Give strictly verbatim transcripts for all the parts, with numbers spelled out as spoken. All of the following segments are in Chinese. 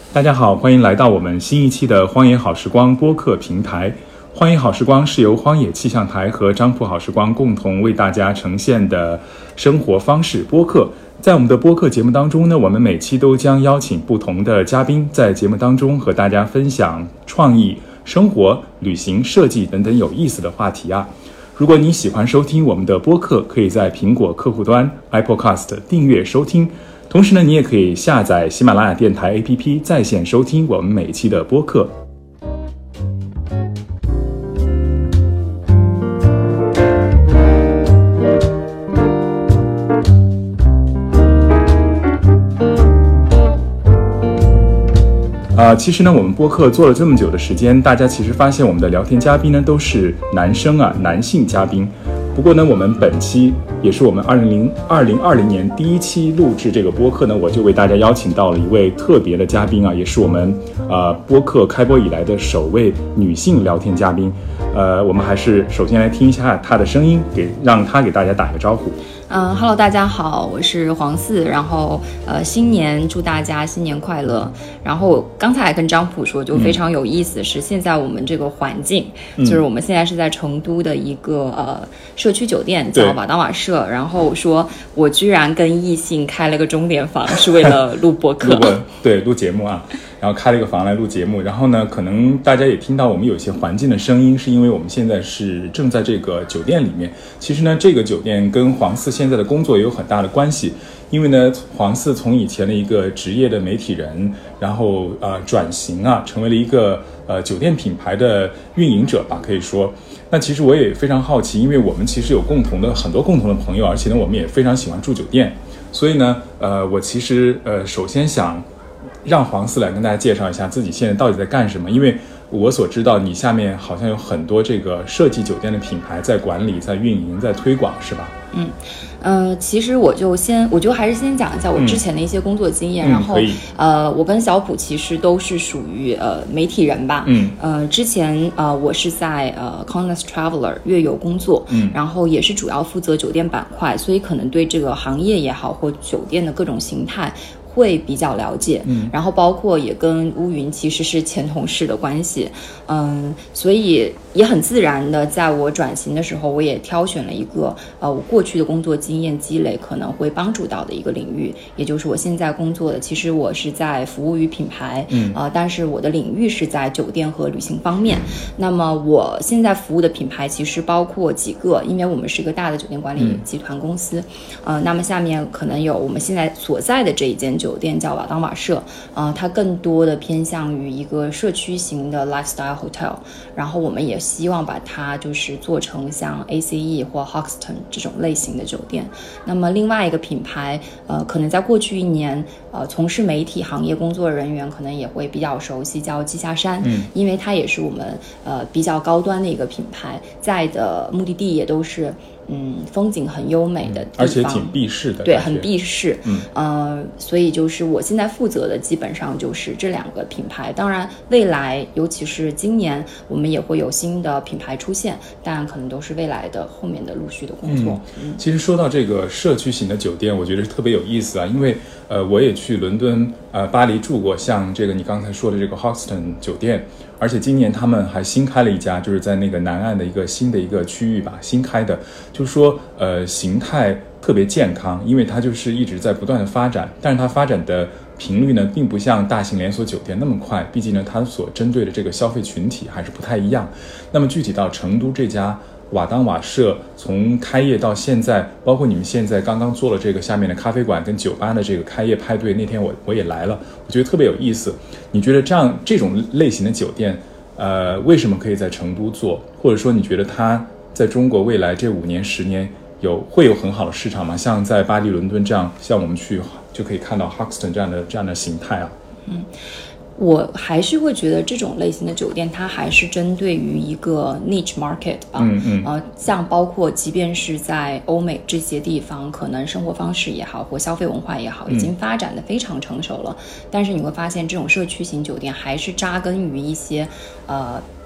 大家好，欢迎来到我们新一期的荒野好时光播客平台。荒野好时光是由荒野气象台和张浦好时光共同为大家呈现的生活方式播客。在我们的播客节目当中呢，我们每期都将邀请不同的嘉宾，在节目当中和大家分享创意、生活、旅行、设计等等有意思的话题啊。如果你喜欢收听我们的播客，可以在苹果客户端 iPodcast 订阅收听。同时呢，你也可以下载喜马拉雅电台 A P P 在线收听我们每一期的播客。呃，其实呢，我们播客做了这么久的时间，大家其实发现我们的聊天嘉宾呢都是男生啊，男性嘉宾。不过呢，我们本期也是我们二零二零年第一期录制这个播客呢，我就为大家邀请到了一位特别的嘉宾啊，也是我们呃播客开播以来的首位女性聊天嘉宾。呃，我们还是首先来听一下她的声音，给让她给大家打个招呼。 嗯 ，Hello， 大家好，我是黄四，然后呃，新年祝大家新年快乐。然后刚才跟张普说，就非常有意思是，现在我们这个环境，嗯、就是我们现在是在成都的一个呃社区酒店，叫瓦当瓦舍。然后说我居然跟异性开了个钟点房，是为了录播客， 录对，录节目啊。然后开了一个房来录节目，然后呢，可能大家也听到我们有一些环境的声音，是因为我们现在是正在这个酒店里面。其实呢，这个酒店跟黄四现在的工作也有很大的关系，因为呢，黄四从以前的一个职业的媒体人，然后呃转型啊，成为了一个呃酒店品牌的运营者吧，可以说。那其实我也非常好奇，因为我们其实有共同的很多共同的朋友，而且呢，我们也非常喜欢住酒店，所以呢，呃，我其实呃首先想让黄四来跟大家介绍一下自己现在到底在干什么，因为我所知道你下面好像有很多这个设计酒店的品牌在管理、在运营、在推广，是吧？ 嗯，呃，其实我就先，我就还是先讲一下我之前的一些工作经验， 嗯、 然后嗯、 呃，我跟小普其实都是属于呃媒体人吧， 嗯， 呃，之前呃我是在呃 Condless Traveler 乐游工作， 嗯， 然后也是主要负责酒店板块，所以可能对这个行业也好，或酒店的各种形态会比较了解， 嗯， 然后包括也跟乌云其实是前同事的关系，嗯，所以也很自然的，在我转型的时候，我也挑选了一个呃我过去的工作经验积累可能会帮助到的一个领域，也就是我现在工作的。其实我是在服务于品牌， 嗯， 呃，但是我的领域是在酒店和旅行方面。那么我现在服务的品牌其实包括几个，因为我们是一个大的酒店管理集团公司，嗯、呃，那么下面可能有我们现在所在的这一间酒店叫瓦当瓦舍，呃，它更多的偏向于一个社区型的 lifestyle hotel， 然后我们也希望把它就是做成像 A C E 或 Hoxton 这种类型的酒店。那么另外一个品牌，呃，可能在过去一年，呃，从事媒体行业工作人员可能也会比较熟悉，叫季下山， 嗯， 因为它也是我们呃比较高端的一个品牌，在的目的地也都是。嗯，风景很优美的地方， 而且挺避世的， 对，很避世。 嗯， 呃，所以就是我现在负责的基本上就是这两个品牌。当然，未来尤其是今年，我们也会有新的品牌出现，但可能都是未来的后面的陆续的工作。 嗯，其实说到这个社区型的酒店，我觉得特别有意思啊，因为呃，我也去伦敦、呃巴黎住过，像这个你刚才说的这个 Hoxton 酒店。而且今年他们还新开了一家，就是在那个南岸的一个新的一个区域吧，新开的，就是说呃形态特别健康，因为它就是一直在不断的发展，但是它发展的频率呢，并不像大型连锁酒店那么快，毕竟呢，它所针对的这个消费群体还是不太一样。那么具体到成都这家瓦当瓦舍，从开业到现在，包括你们现在刚刚做了这个下面的咖啡馆跟酒吧的这个开业派对，那天我我也来了，我觉得特别有意思。你觉得这样这种类型的酒店，呃，为什么可以在成都做？或者说你觉得它在中国未来这五年、十年有会有很好的市场吗？像在巴黎、伦敦这样，像我们去就可以看到 Hoxton 这样的这样的形态啊。 嗯。我还是会觉得这种类型的酒店它还是针对于一个 niche market 吧， 嗯嗯， 呃，像包括即便是在欧美这些地方，可能生活方式也好或消费文化也好已经发展的非常成熟了，嗯，但是你会发现这种社区型酒店还是扎根于一些呃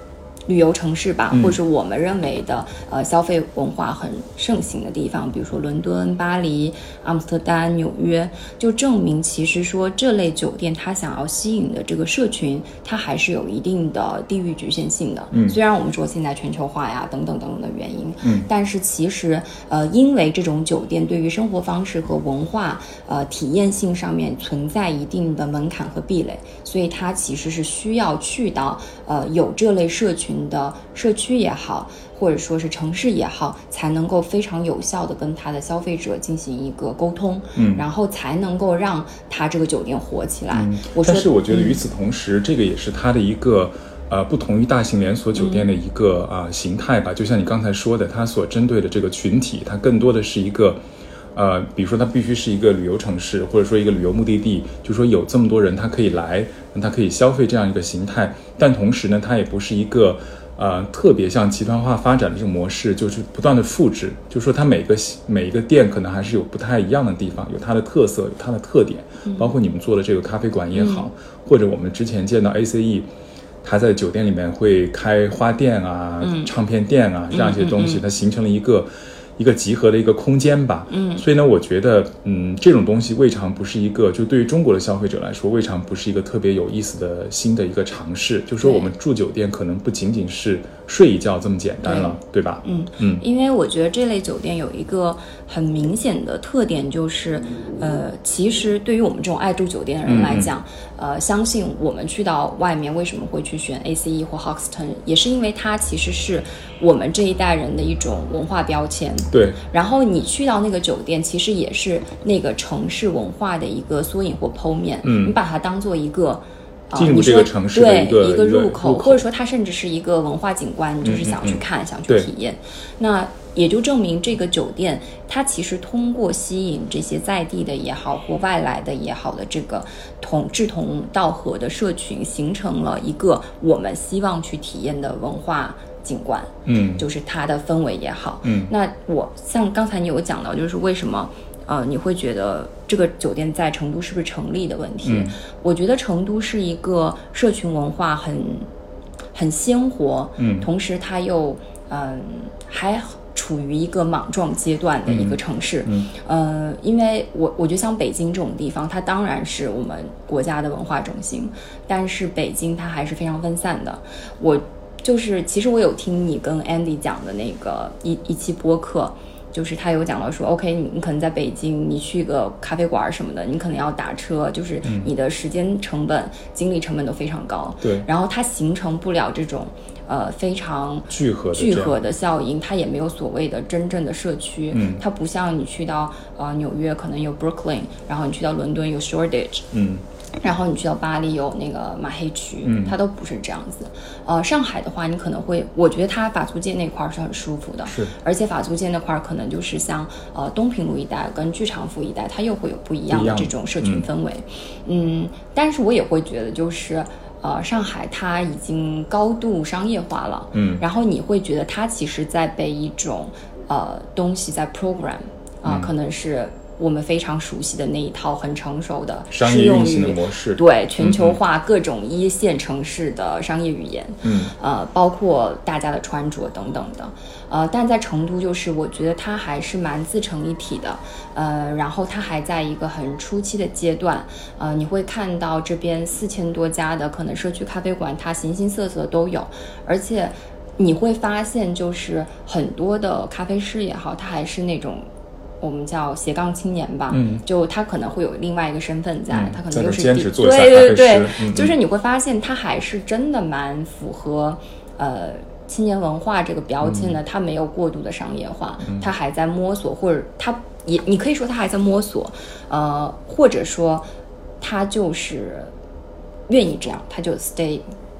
旅游城市吧， 嗯、 或者是我们认为的呃消费文化很盛行的地方，比如说伦敦、巴黎、阿姆斯特丹、纽约，就证明其实说这类酒店它想要吸引的这个社群，它还是有一定的地域局限性的。 嗯， 虽然我们说现在全球化呀等等等等的原因， 嗯， 但是其实呃因为这种酒店对于生活方式和文化呃体验性上面存在一定的门槛和壁垒，所以它其实是需要去到呃有这类社群的社区也好，或者说是城市也好，才能够非常有效的跟他的消费者进行一个沟通， 嗯， 然后才能够让他这个酒店火起来。 嗯、 我说但是我觉得与此同时，嗯、这个也是他的一个呃不同于大型连锁酒店的一个啊、嗯呃、形态吧。就像你刚才说的，它所针对的这个群体，它更多的是一个。呃，比如说它必须是一个旅游城市，或者说一个旅游目的地，就说有这么多人他可以来，他可以消费这样一个形态，但同时呢，它也不是一个呃特别像集团化发展的这种模式，就是不断的复制，就说它每个每一个店可能还是有不太一样的地方，有它的特色，有它的特点，包括你们做的这个咖啡馆也好，嗯、或者我们之前见到 A C E。他在酒店里面会开花店啊、嗯、唱片店啊这样一些东西，嗯嗯嗯、它形成了一个一个集合的一个空间吧。嗯，所以呢，我觉得，嗯，这种东西未尝不是一个，就对于中国的消费者来说，未尝不是一个特别有意思的新的一个尝试。就说我们住酒店可能不仅仅是睡一觉这么简单了， 对, 对吧？ 嗯嗯，因为我觉得这类酒店有一个很明显的特点，就是呃，其实对于我们这种爱住酒店的人来讲，嗯、呃，相信我们去到外面为什么会去选 A C E 或 Hoxton， 也是因为它其实是我们这一代人的一种文化标签。 对。 然后你去到那个酒店，其实也是那个城市文化的一个缩影或剖面。嗯，你把它当做一个。 进入这个城市的一个对一个入口， 入口或者说它甚至是一个文化景观，你就是想去看、嗯嗯、想去体验。那也就证明这个酒店它其实通过吸引这些在地的也好或外来的也好的这个同志同道合的社群，形成了一个我们希望去体验的文化景观。嗯，就是它的氛围也好。嗯，那我像刚才你有讲到，就是为什么呃，你会觉得这个酒店在成都是不是成立的问题？嗯、我觉得成都是一个社群文化很很鲜活，嗯，同时它又嗯、呃、还处于一个莽撞阶段的一个城市，嗯，嗯呃，因为我我觉得像北京这种地方，它当然是我们国家的文化中心，但是北京它还是非常分散的。我就是其实我有听你跟 Andy 讲的那个一一期播客。就是他有讲到说 OK 你, 你可能在北京你去个咖啡馆什么的，你可能要打车，就是你的时间成本、嗯、精力成本都非常高，对，然后它形成不了这种呃非常聚合的聚合的效应，它也没有所谓的真正的社区，嗯，它不像你去到呃纽约可能有 Brooklyn， 然后你去到伦敦有 Shoreditch， 嗯，然后你去到巴黎有那个马黑区，嗯，它都不是这样子。呃，上海的话，你可能会，我觉得它法租界那块是很舒服的， 是， 而且法租界那块可能就是像呃东平路一带跟剧场附一带，它又会有不一样的这种社群氛围，嗯, 嗯，但是我也会觉得就是呃上海它已经高度商业化了，嗯，然后你会觉得它其实在被一种呃东西在 program 啊、呃嗯，可能是。我们非常熟悉的那一套很成熟的商业运行的模式， 对全球化各种一线城市的商业语言，嗯，呃，包括大家的穿着等等的，呃，但在成都，就是我觉得它还是蛮自成一体的，呃，然后它还在一个很初期的阶段，呃，你会看到这边四千多家的可能社区咖啡馆，它形形色色都有，而且你会发现，就是很多的咖啡师也好，它还是那种。我们叫斜杠青年吧，嗯，就他可能会有另外一个身份在，嗯、他可能就是兼职做一下咖啡师， 对对对， 嗯、 就是你会发现他还是真的蛮符合呃青年文化这个标签的，嗯、他没有过度的商业化，嗯、他还在摸索，或者他也你可以说他还在摸索，呃，或者说他就是愿意这样，他就 stay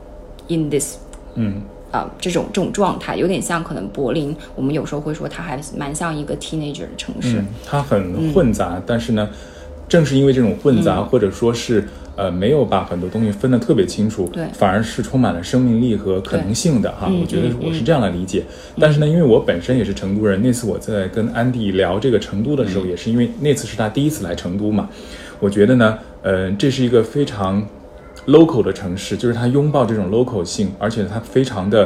in this， 嗯。呃，这种这种状态有点像，可能柏林，我们有时候会说它还蛮像一个 teenager 的城市， 嗯、它很混杂，嗯、但是呢，正是因为这种混杂，嗯、或者说是呃没有把很多东西分得特别清楚，对，反而是充满了生命力和可能性的哈。我觉得我是这样来理解。嗯、但是呢，因为我本身也是成都人，那次我在跟安迪聊这个成都的时候，嗯、也是因为那次是他第一次来成都嘛，我觉得呢，呃，这是一个非常。local 的城市，就是它拥抱这种 local 性，而且它非常的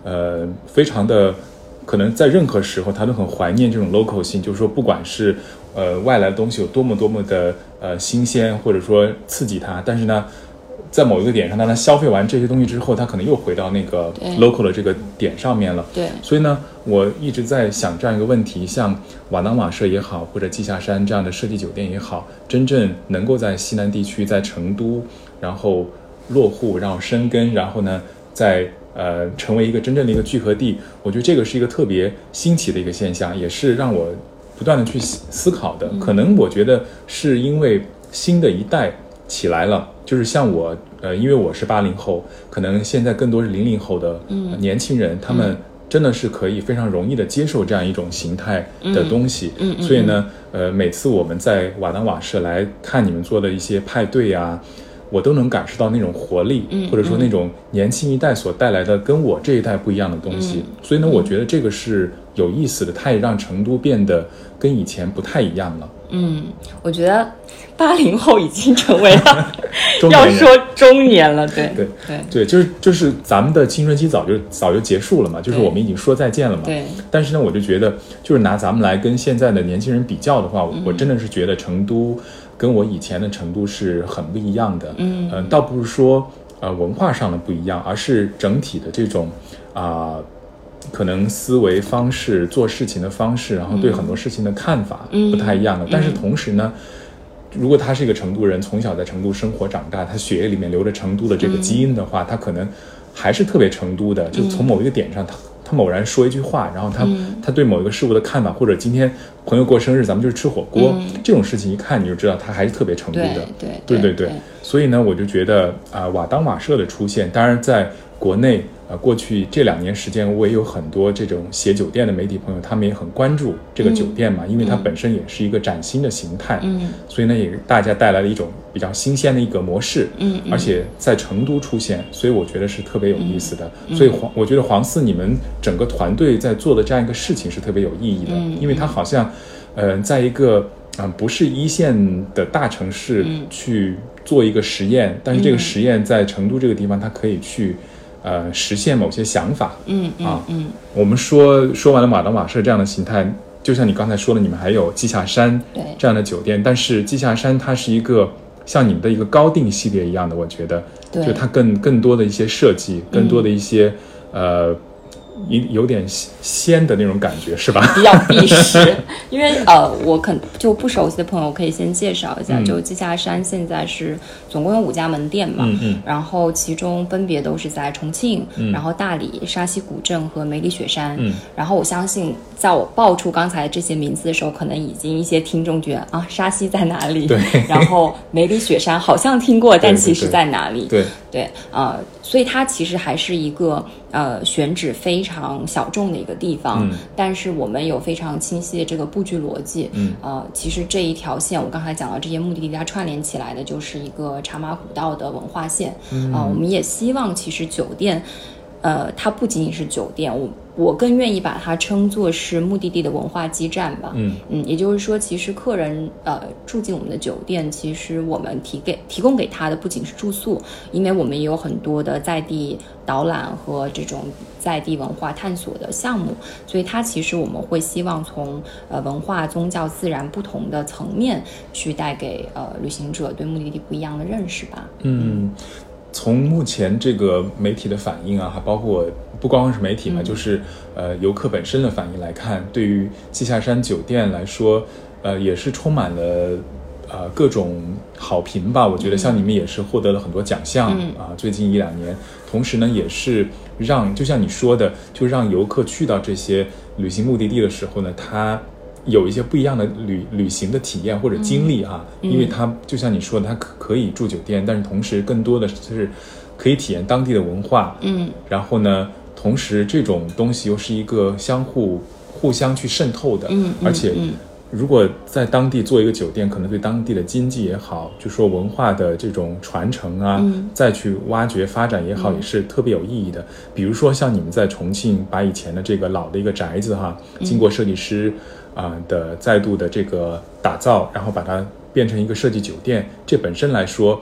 呃非常的可能在任何时候他都很怀念这种 local 性，就是说不管是呃外来的东西有多么多么的呃新鲜或者说刺激他，但是呢在某一个点上，当他消费完这些东西之后，他可能又回到那个 local 的这个点上面了。 对， 所以呢，我一直在想这样一个问题，像瓦当瓦舍也好，或者稷下山这样的设计酒店也好，真正能够在西南地区，在成都，然后落户，然后生根，然后呢，在呃成为一个真正的一个聚合地，我觉得这个是一个特别新奇的一个现象，也是让我不断的去思考的。可能我觉得是因为新的一代起来了，就是像我，呃，因为我是八零后，可能现在更多是零零后的年轻人，嗯、他们真的是可以非常容易的接受这样一种形态的东西。嗯嗯、所以呢，呃，每次我们在瓦当瓦舍来看你们做的一些派对啊，我都能感受到那种活力，嗯、或者说那种年轻一代所带来的跟我这一代不一样的东西。嗯、所以呢，我觉得这个是有意思的，它也让成都变得跟以前不太一样了。 嗯，我觉得八零后已经成为了要说中年了，对对对对，就是就是咱们的青春期早就早就结束了嘛，就是我们已经说再见了嘛。对。但是呢，我就觉得，就是拿咱们来跟现在的年轻人比较的话，嗯、我真的是觉得成都跟我以前的成都是很不一样的。嗯嗯、呃，倒不是说呃文化上的不一样，而是整体的这种啊。呃可能思维方式、做事情的方式，然后对很多事情的看法不太一样了。嗯、但是同时呢，如果他是一个成都人，从小在成都生活长大，他血液里面流着成都的这个基因的话，嗯、他可能还是特别成都的。就从某一个点上，他他某人说一句话，然后他、嗯、他对某一个事物的看法，或者今天朋友过生日，咱们就是吃火锅，嗯、这种事情一看你就知道他还是特别成都的。 对对对 对, 对。所以呢，我就觉得啊、呃，瓦当瓦舍的出现，当然在国内。呃，过去这两年时间，我也有很多这种写酒店的媒体朋友，他们也很关注这个酒店嘛，嗯、因为它本身也是一个崭新的形态，嗯，所以呢，也给大家带来了一种比较新鲜的一个模式，嗯，而且在成都出现，所以我觉得是特别有意思的。嗯、所以黄，我觉得黄四你们整个团队在做的这样一个事情是特别有意义的，嗯、因为它好像，呃，在一个啊、呃、不是一线的大城市去做一个实验，嗯、但是这个实验在成都这个地方，它可以去。呃，实现某些想法，嗯啊，嗯，嗯我们说说完了瓦当瓦舍这样的形态，就像你刚才说的，你们还有稷下山这样的酒店，但是稷下山它是一个像你们的一个高定系列一样的，我觉得，就它更更多的一些设计，更多的一些、嗯、呃。有点仙的那种感觉是吧？ 比较避世，因为呃，我可就不熟悉的朋友，我可以先介绍一下。嗯、就稷下山现在是总共有五家门店嘛，嗯嗯、然后其中分别都是在重庆、嗯、然后大理、沙溪古镇和梅里雪山。嗯、然后我相信，在我报出刚才这些名字的时候，可能已经一些听众觉得啊，沙溪在哪里？ 对。 然后梅里雪山好像听过，但其实在哪里？ 对对啊、呃，所以它其实还是一个。呃，选址非常小众的一个地方，嗯、但是我们有非常清晰的这个布局逻辑。嗯，呃，其实这一条线，我刚才讲到这些目的地，它串联起来的就是一个茶马古道的文化线。嗯，啊、呃，我们也希望其实酒店，呃，它不仅仅是酒店，我。我更愿意把它称作是目的地的文化基站吧。嗯嗯，也就是说，其实客人呃住进我们的酒店，其实我们提给提供给他的不仅是住宿，因为我们也有很多的在地导览和这种在地文化探索的项目，所以它其实我们会希望从呃文化、宗教、自然不同的层面去带给呃旅行者对目的地不一样的认识吧。 嗯。从目前这个媒体的反应啊，还包括不光是媒体嘛，嗯、就是呃游客本身的反应来看，对于稷下山酒店来说，呃也是充满了呃各种好评吧。我觉得像你们也是获得了很多奖项、嗯、啊，最近一两年，同时呢也是让就像你说的，就让游客去到这些旅行目的地的时候呢，他。有一些不一样的旅旅行的体验或者经历哈、嗯，因为它就像你说的，它可可以住酒店，但是同时更多的是可以体验当地的文化，嗯，然后呢，同时这种东西又是一个相互互相去渗透的，嗯，而且如果在当地做一个酒店，可能对当地的经济也好，就说文化的这种传承啊，嗯、再去挖掘发展也好，也是特别有意义的。比如说像你们在重庆把以前的这个老的一个宅子哈，经过设计师。啊、呃、的再度的这个打造，然后把它变成一个设计酒店，这本身来说，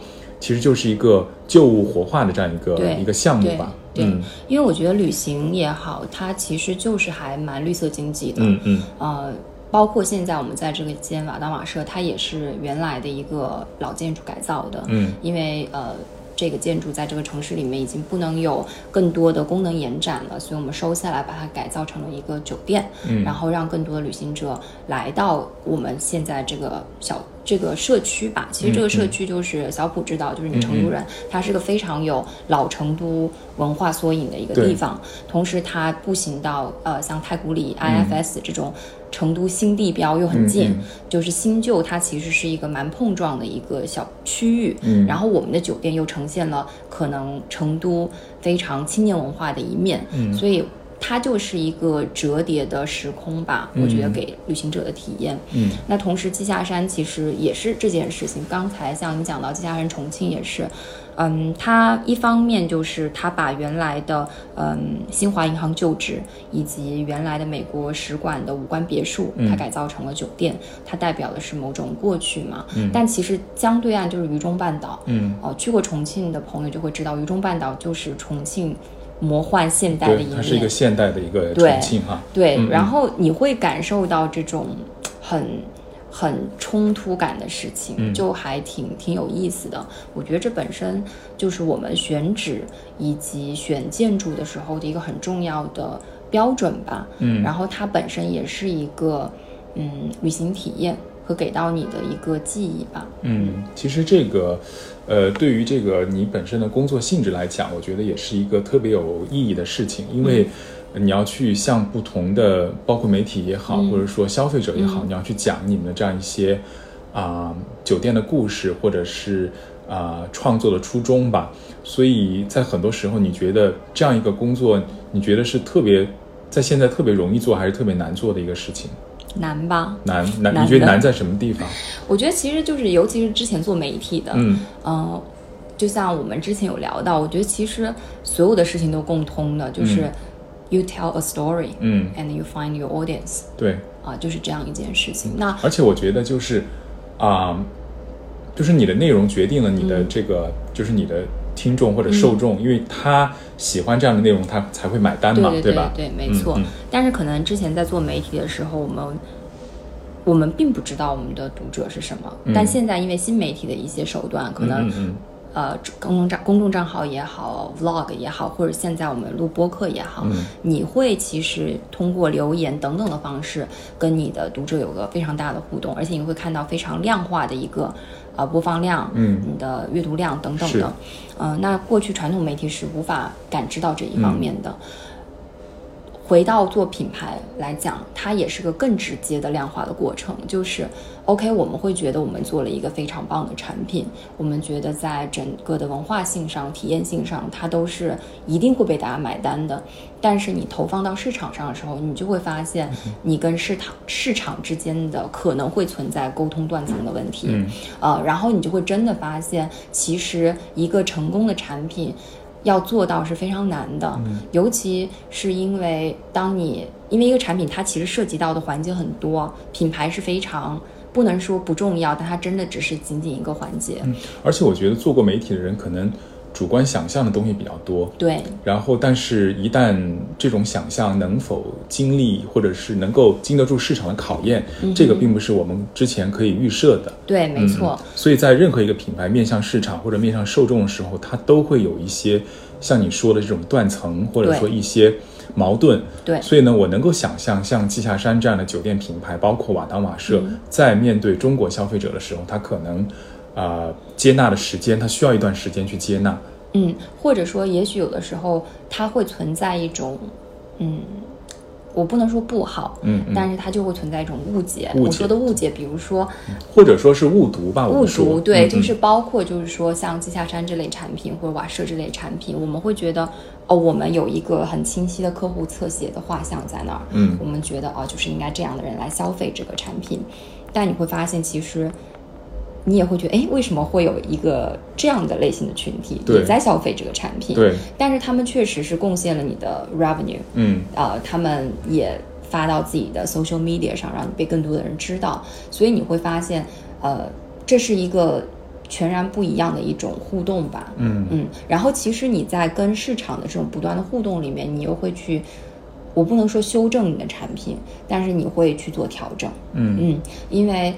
其实就是一个旧物活化的这样一个一个项目吧。 对，嗯，因为我觉得旅行也好，它其实就是还蛮绿色经济的。 嗯嗯， 呃，包括现在我们在这个间瓦当瓦舍，它也是原来的一个老建筑改造的。 嗯， 因为呃。这个建筑在这个城市里面已经不能有更多的功能延展了，所以我们收下来把它改造成了一个酒店， 嗯， 然后让更多的旅行者来到我们现在这个小这个社区吧。其实这个社区就是小普知道，就是你成都人，它是个非常有老成都文化缩影的一个地方，同时它步行到呃像太古里 I F S 这种成都新地标又很近， 嗯嗯， 就是新旧它其实是一个蛮碰撞的一个小区域， 嗯， 然后我们的酒店又呈现了可能成都非常青年文化的一面， 嗯， 所以它就是一个折叠的时空吧， 嗯， 我觉得给旅行者的体验。 嗯， 那同时栖霞山其实也是这件事情，刚才像你讲到栖霞山重庆也是，嗯，它一方面就是它把原来的嗯新华银行旧址以及原来的美国使馆的五官别墅，它改造成了酒店，嗯，它代表的是某种过去嘛。 嗯， 但其实江对岸就是渝中半岛。 嗯， 哦，去过重庆的朋友就会知道，渝中半岛就是重庆魔幻现代的一面， 它是一个现代的一个重庆哈。 对， 嗯， 然后你会感受到这种很很冲突感的事情， 嗯， 就还挺挺有意思的。我觉得这本身就是我们选址以及选建筑的时候的一个很重要的标准吧。 嗯， 然后它本身也是一个嗯旅行体验和给到你的一个记忆吧。 嗯，其实这个呃，对于这个你本身的工作性质来讲，我觉得也是一个特别有意义的事情，因为你要去向不同的，包括媒体也好，嗯，或者说消费者也好，嗯，你要去讲你们的这样一些啊，呃、酒店的故事，或者是啊，呃、创作的初衷吧。所以在很多时候，你觉得这样一个工作，你觉得是特别在现在特别容易做，还是特别难做的一个事情？ 难吧？ 难难，你觉得难在什么地方？ 我觉得其实就是，尤其是之前做媒体的，嗯，呃，就像我们之前有聊到，我觉得其实所有的事情都共通的，就是 you tell a story， 嗯 ，and you find your audience， 对， 啊、呃，就是这样一件事情。那而且我觉得就是啊、呃，就是你的内容决定了你的这个，嗯、就是你的听众或者受众，嗯，因为他喜欢这样的内容，他才会买单嘛， 对对对吧？ 对，没错，嗯嗯。但是可能之前在做媒体的时候，我们我们并不知道我们的读者是什么，嗯，但现在因为新媒体的一些手段，可能嗯嗯呃公众账公众账号也好 ，vlog 也好，或者现在我们录播客也好，嗯，你会其实通过留言等等的方式跟你的读者有个非常大的互动，而且你会看到非常量化的一个。呃，播放量，嗯，你的阅读量等等的，呃，那过去传统媒体是无法感知到这一方面的。嗯，回到做品牌来讲，它也是个更直接的量化的过程，就是 OK， 我们会觉得我们做了一个非常棒的产品，我们觉得在整个的文化性上、体验性上，它都是一定会被大家买单的。但是你投放到市场上的时候，你就会发现，你跟市场市场之间的可能会存在沟通断层的问题，嗯，呃，然后你就会真的发现，其实一个成功的产品。要做到是非常难的，嗯，尤其是因为当你因为一个产品它其实涉及到的环节很多，品牌是非常不能说不重要，但它真的只是仅仅一个环节。 嗯，而且我觉得做过媒体的人可能主观想象的东西比较多， 对， 然后但是一旦这种想象能否经历或者是能够经得住市场的考验，嗯，这个并不是我们之前可以预设的。 对，没错， 嗯，所以在任何一个品牌面向市场或者面向受众的时候，它都会有一些像你说的这种断层，或者说一些矛盾。 对， 所以呢，我能够想象像栖霞山这样的酒店品牌，包括瓦当瓦舍，嗯，在面对中国消费者的时候，它可能呃，接纳的时间，它需要一段时间去接纳。 嗯，或者说，也许有的时候它会存在一种，嗯，我不能说不好，嗯，嗯但是它就会存在一种误解。 误解我说的误解，比如说， 或者说是误读吧。 误读，对， 嗯嗯就是包括就是说，像栖霞山这类产品或者瓦舍这类产品，我们会觉得，哦，我们有一个很清晰的客户侧写的画像在那儿，嗯，我们觉得哦，就是应该这样的人来消费这个产品，但你会发现，其实。你也会觉得，哎，为什么会有一个这样的类型的群体也在消费这个产品？ 对， 但是他们确实是贡献了你的 revenue， 嗯，呃，他们也发到自己的 social media 上，让你被更多的人知道，所以你会发现，呃，这是一个全然不一样的一种互动吧。 嗯嗯，然后其实你在跟市场的这种不断的互动里面，你又会去，我不能说修正你的产品，但是你会去做调整。 嗯嗯，因为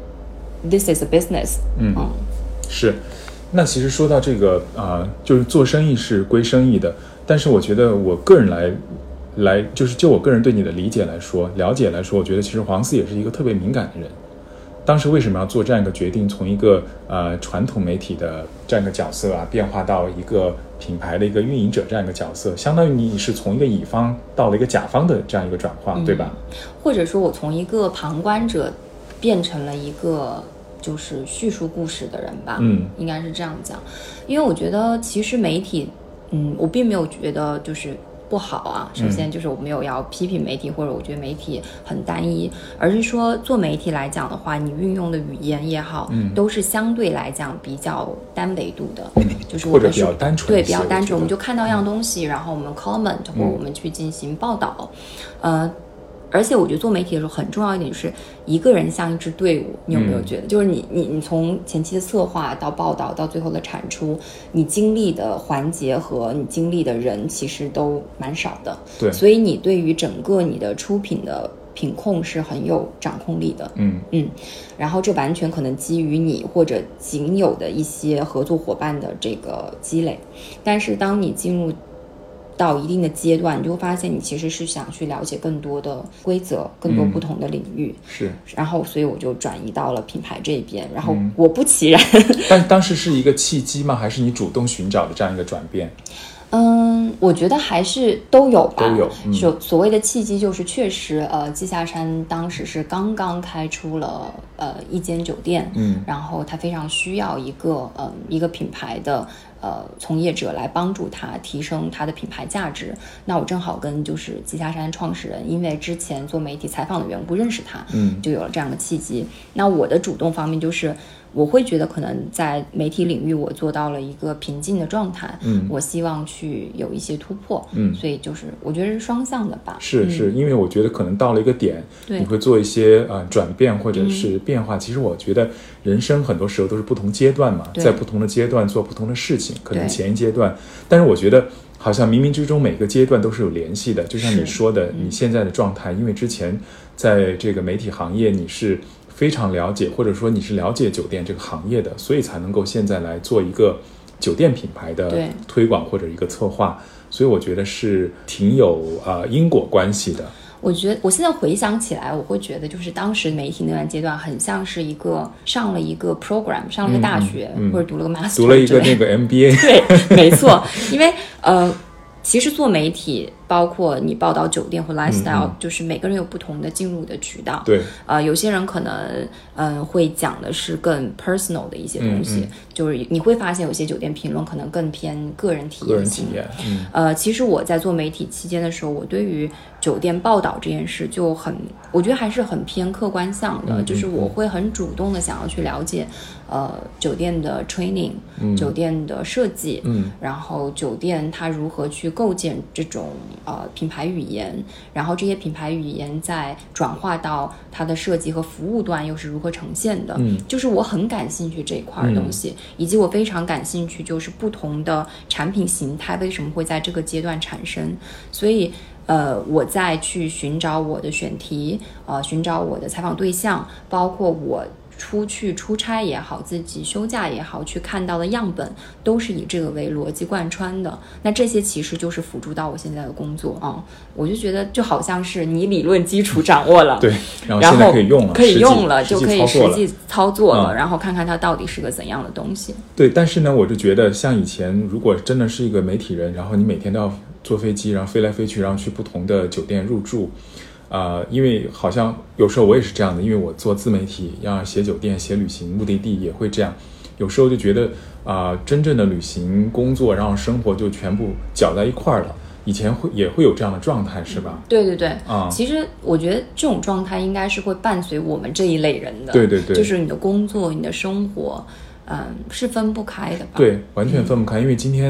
this is a business。 嗯，嗯是。那其实说到这个啊、呃，就是做生意是归生意的，但是我觉得我个人来来，就是就我个人对你的理解来说、了解来说，我觉得其实黄丝也是一个特别敏感的人。当时为什么要做这样一个决定，从一个呃传统媒体的这样一个角色啊，变化到一个品牌的一个运营者这样一个角色，相当于你是从一个乙方到了一个甲方的这样一个转化， 嗯、 对吧？ 或者说我从一个旁观者变成了一个就是叙述故事的人吧， 嗯， 应该是这样讲。因为我觉得其实媒体，嗯，我并没有觉得就是不好啊。首先就是我没有要批评媒体，或者我觉得媒体很单一，而是说做媒体来讲的话，你运用的语言也好，嗯，都是相对来讲比较单维度的，嗯、就是我们是或者比较单纯， 对，比较单纯，我们就看到一样东西，然后我们 comment、嗯、或者我们去进行报道，呃。而且我觉得做媒体的时候很重要一点就是一个人像一支队伍，你有没有觉得、嗯、就是你你你从前期的策划到报道到最后的产出，你经历的环节和你经历的人其实都蛮少的， 对， 所以你对于整个你的出品的品控是很有掌控力的， 嗯嗯，然后这完全可能基于你或者仅有的一些合作伙伴的这个积累，但是当你进入到一定的阶段，你就会发现你其实是想去了解更多的规则，更多不同的领域、嗯、 是， 然后所以我就转移到了品牌这边，然后果不其然、 嗯、但当时是一个契机吗？还是你主动寻找的这样一个转变？ 嗯，我觉得还是都有吧， 都有。嗯、 所所谓的契机就是确实，呃，季下山当时是刚刚开出了呃一间酒店， 嗯， 然后他非常需要一个呃一个品牌的呃从业者来帮助他提升他的品牌价值。那我正好跟就是季下山创始人，因为之前做媒体采访的缘故认识他， 嗯， 就有了这样的契机。那我的主动方面就是。我会觉得可能在媒体领域我做到了一个瓶颈的状态， 嗯， 我希望去有一些突破， 嗯， 所以就是我觉得是双向的吧。 是是、嗯，因为我觉得可能到了一个点， 对， 你会做一些呃转变或者是变化、嗯。其实我觉得人生很多时候都是不同阶段嘛，在不同的阶段做不同的事情，可能前一阶段，但是我觉得好像冥冥之中每个阶段都是有联系的。就像你说的，你现在的状态，因为之前在这个媒体行业你是。非常了解，或者说你是了解酒店这个行业的，所以才能够现在来做一个酒店品牌的推广或者一个策划，所以我觉得是挺有呃因果关系的。 我觉得我现在回想起来，我会觉得就是当时媒体那段阶段很像是一个上了一个 program， 上了个大学、嗯嗯、或者读了个 master， 读了一个那个 M B A。 对，没错，因为呃其实做媒体包括你报道酒店或 lifestyle、嗯嗯、就是每个人有不同的进入的渠道， 对， 呃，有些人可能嗯、呃、会讲的是更 personal 的一些东西、嗯嗯、就是你会发现有些酒店评论可能更偏个人体验性， 个人体验、嗯、 呃，其实我在做媒体期间的时候，我对于酒店报道这件事就很我觉得还是很偏客观向的、嗯、就是我会很主动的想要去了解呃酒店的 training、嗯、酒店的设计， 嗯， 然后酒店它如何去构建这种呃品牌语言，然后这些品牌语言再转化到它的设计和服务端又是如何呈现的， 嗯， 就是我很感兴趣这一块的东西、嗯、以及我非常感兴趣就是不同的产品形态为什么会在这个阶段产生，所以呃，我再去寻找我的选题，呃，寻找我的采访对象，包括我出去出差也好，自己休假也好，去看到的样本都是以这个为逻辑贯穿的。那这些其实就是辅助到我现在的工作啊、嗯，我就觉得就好像是你理论基础掌握了， 对，然后现在可以用了， 可以用了，就可以实际操作了、 嗯， 然后看看它到底是个怎样的东西。 对，但是呢，我就觉得像以前，如果真的是一个媒体人，然后你每天都要坐飞机，然后飞来飞去，然后去不同的酒店入住。呃，因为好像有时候我也是这样的，因为我做自媒体，要写酒店、写旅行目的地也会这样。有时候就觉得啊、呃，真正的旅行、工作，然后生活就全部搅在一块儿了。以前会也会有这样的状态，是吧？ 对对对， 啊、嗯， 其实我觉得这种状态应该是会伴随我们这一类人的。 对对对， 就是你的工作、你的生活，嗯，是分不开的吧？ 对，完全分不开。嗯、因为今天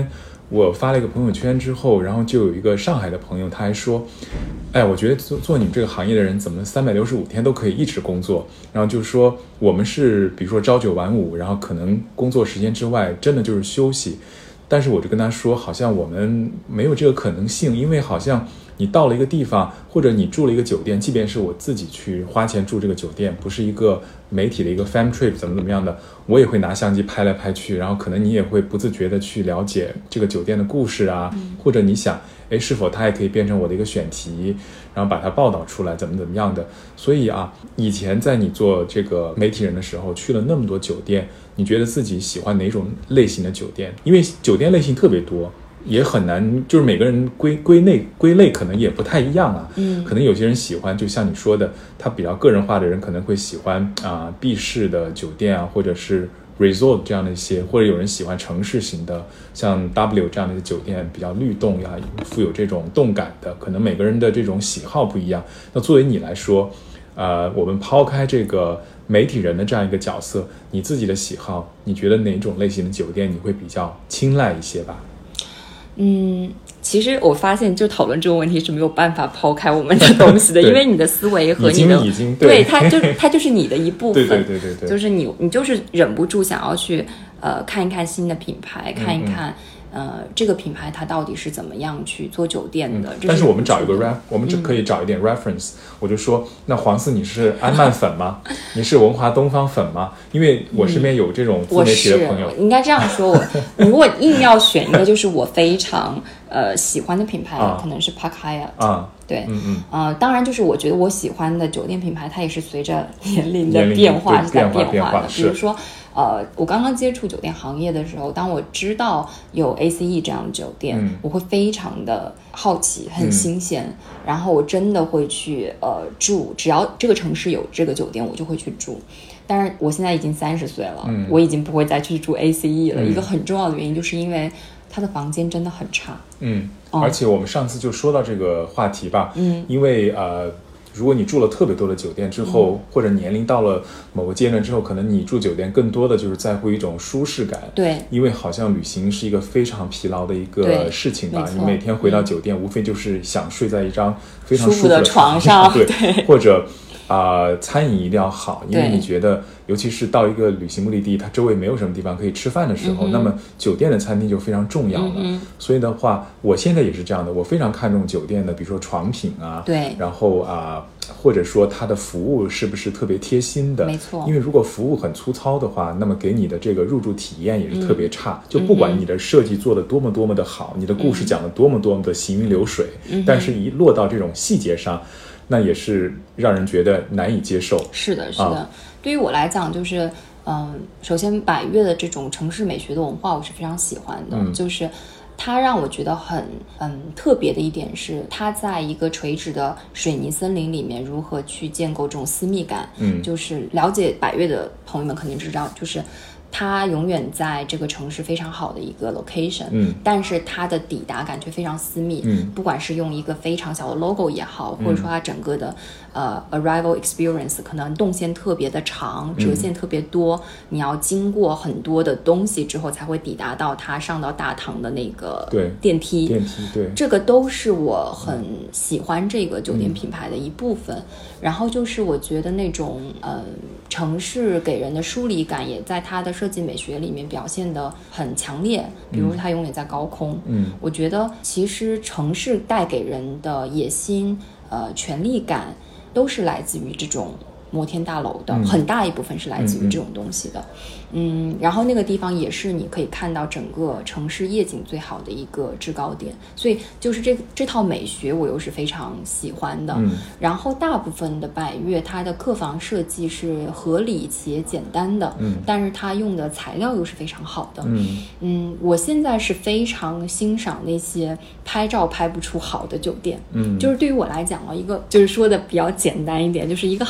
我发了一个朋友圈之后，然后就有一个上海的朋友，他还说，哎，我觉得做做你们这个行业的人怎么三百六十五天都可以一直工作，然后就说我们是比如说朝九晚五，然后可能工作时间之外真的就是休息，但是我就跟他说，好像我们没有这个可能性，因为好像你到了一个地方，或者你住了一个酒店，即便是我自己去花钱住这个酒店，不是一个媒体的一个 fam trip 怎么怎么样的，我也会拿相机拍来拍去，然后可能你也会不自觉的去了解这个酒店的故事啊，嗯、或者你想，哎，是否它也可以变成我的一个选题，然后把它报道出来，怎么怎么样的。所以啊，以前在你做这个媒体人的时候，去了那么多酒店，你觉得自己喜欢哪种类型的酒店？因为酒店类型特别多。也很难，就是每个人归归类归类可能也不太一样啊。嗯，可能有些人喜欢，就像你说的，他比较个人化的人可能会喜欢啊、呃、避世的酒店啊，或者是 resort 这样的一些，或者有人喜欢城市型的，像 W 这样的酒店比较律动呀，富有这种动感的。可能每个人的这种喜好不一样。那作为你来说，呃，我们抛开这个媒体人的这样一个角色，你自己的喜好，你觉得哪种类型的酒店你会比较青睐一些吧？ 嗯，其实我发现就讨论这个问题是没有办法抛开我们的东西的，因为你的思维和你的已经对, 对它就它就是你的一部分， 对对对对对， 就是你你就是忍不住想要去呃看一看新的品牌，看一看。嗯嗯呃，这个品牌它到底是怎么样去做酒店的？ 嗯、但是我们找一个 ref， 我们只可以找一点 reference、嗯。我就说，那黄四你是安曼粉吗？你是文华东方粉吗？因为我身边有这种自媒体的朋友。 嗯、应该这样说，我如果硬要选一个，就是我非常呃喜欢的品牌，啊、可能是 Park Hyatt。啊，对，嗯嗯，呃，当然就是我觉得我喜欢的酒店品牌，它也是随着年龄的变化是在变化的，比如说。呃，我刚刚接触酒店行业的时候，当我知道有 A C E 这样的酒店、嗯、我会非常的好奇，很新鲜、嗯、然后我真的会去呃住，只要这个城市有这个酒店我就会去住。但是我现在已经三十岁了、嗯、我已经不会再去住 A C E 了、嗯、一个很重要的原因就是因为它的房间真的很差。 嗯，哦、而且我们上次就说到这个话题吧，嗯，因为呃如果你住了特别多的酒店之后、嗯、或者年龄到了某个阶段之后，可能你住酒店更多的就是在乎一种舒适感。 对， 因为好像旅行是一个非常疲劳的一个事情吧，你每天回到酒店、嗯、无非就是想睡在一张非常舒服的床上， 对， 对， 或者啊、呃，餐饮一定要好，因为你觉得尤其是到一个旅行目的地，它周围没有什么地方可以吃饭的时候、嗯、那么酒店的餐厅就非常重要了、嗯、所以的话我现在也是这样的，我非常看重酒店的比如说床品啊， 对， 然后啊、呃、或者说它的服务是不是特别贴心的， 没错， 因为如果服务很粗糙的话，那么给你的这个入住体验也是特别差、嗯、就不管你的设计做得多么多么的好、嗯、你的故事讲得多么多么的行云流水、嗯、但是一落到这种细节上，那也是让人觉得难以接受。 是的，是的、啊、对于我来讲就是嗯，首先百越的这种城市美学的文化我是非常喜欢的、嗯、就是它让我觉得很嗯特别的一点是它在一个垂直的水泥森林里面如何去建构这种私密感。嗯，就是了解百越的朋友们肯定知道，就是它永远在这个城市非常好的一个 location， 嗯，但是它的抵达感却非常私密，嗯，不管是用一个非常小的 logo 也好，或者说它整个的呃 arrival experience 可能动线特别的长，折线特别多、嗯、你要经过很多的东西之后才会抵达到它上到大堂的那个电梯， 电梯，对， 这个都是我很喜欢这个酒店品牌的一部分、嗯、然后就是我觉得那种呃城市给人的疏离感也在它的设计美学里面表现得很强烈，比如它永远在高空。嗯，我觉得其实城市带给人的野心、呃权力感，都是来自于这种摩天大楼的、嗯、很大一部分是来自于这种东西的。嗯, 嗯然后那个地方也是你可以看到整个城市夜景最好的一个制高点，所以就是这这套美学我又是非常喜欢的。嗯，然后大部分的百越它的客房设计是合理且简单的，嗯，但是它用的材料又是非常好的。嗯嗯，我现在是非常欣赏那些拍照拍不出好的酒店。嗯，就是对于我来讲啊，一个就是说的比较简单一点，就是一个好的酒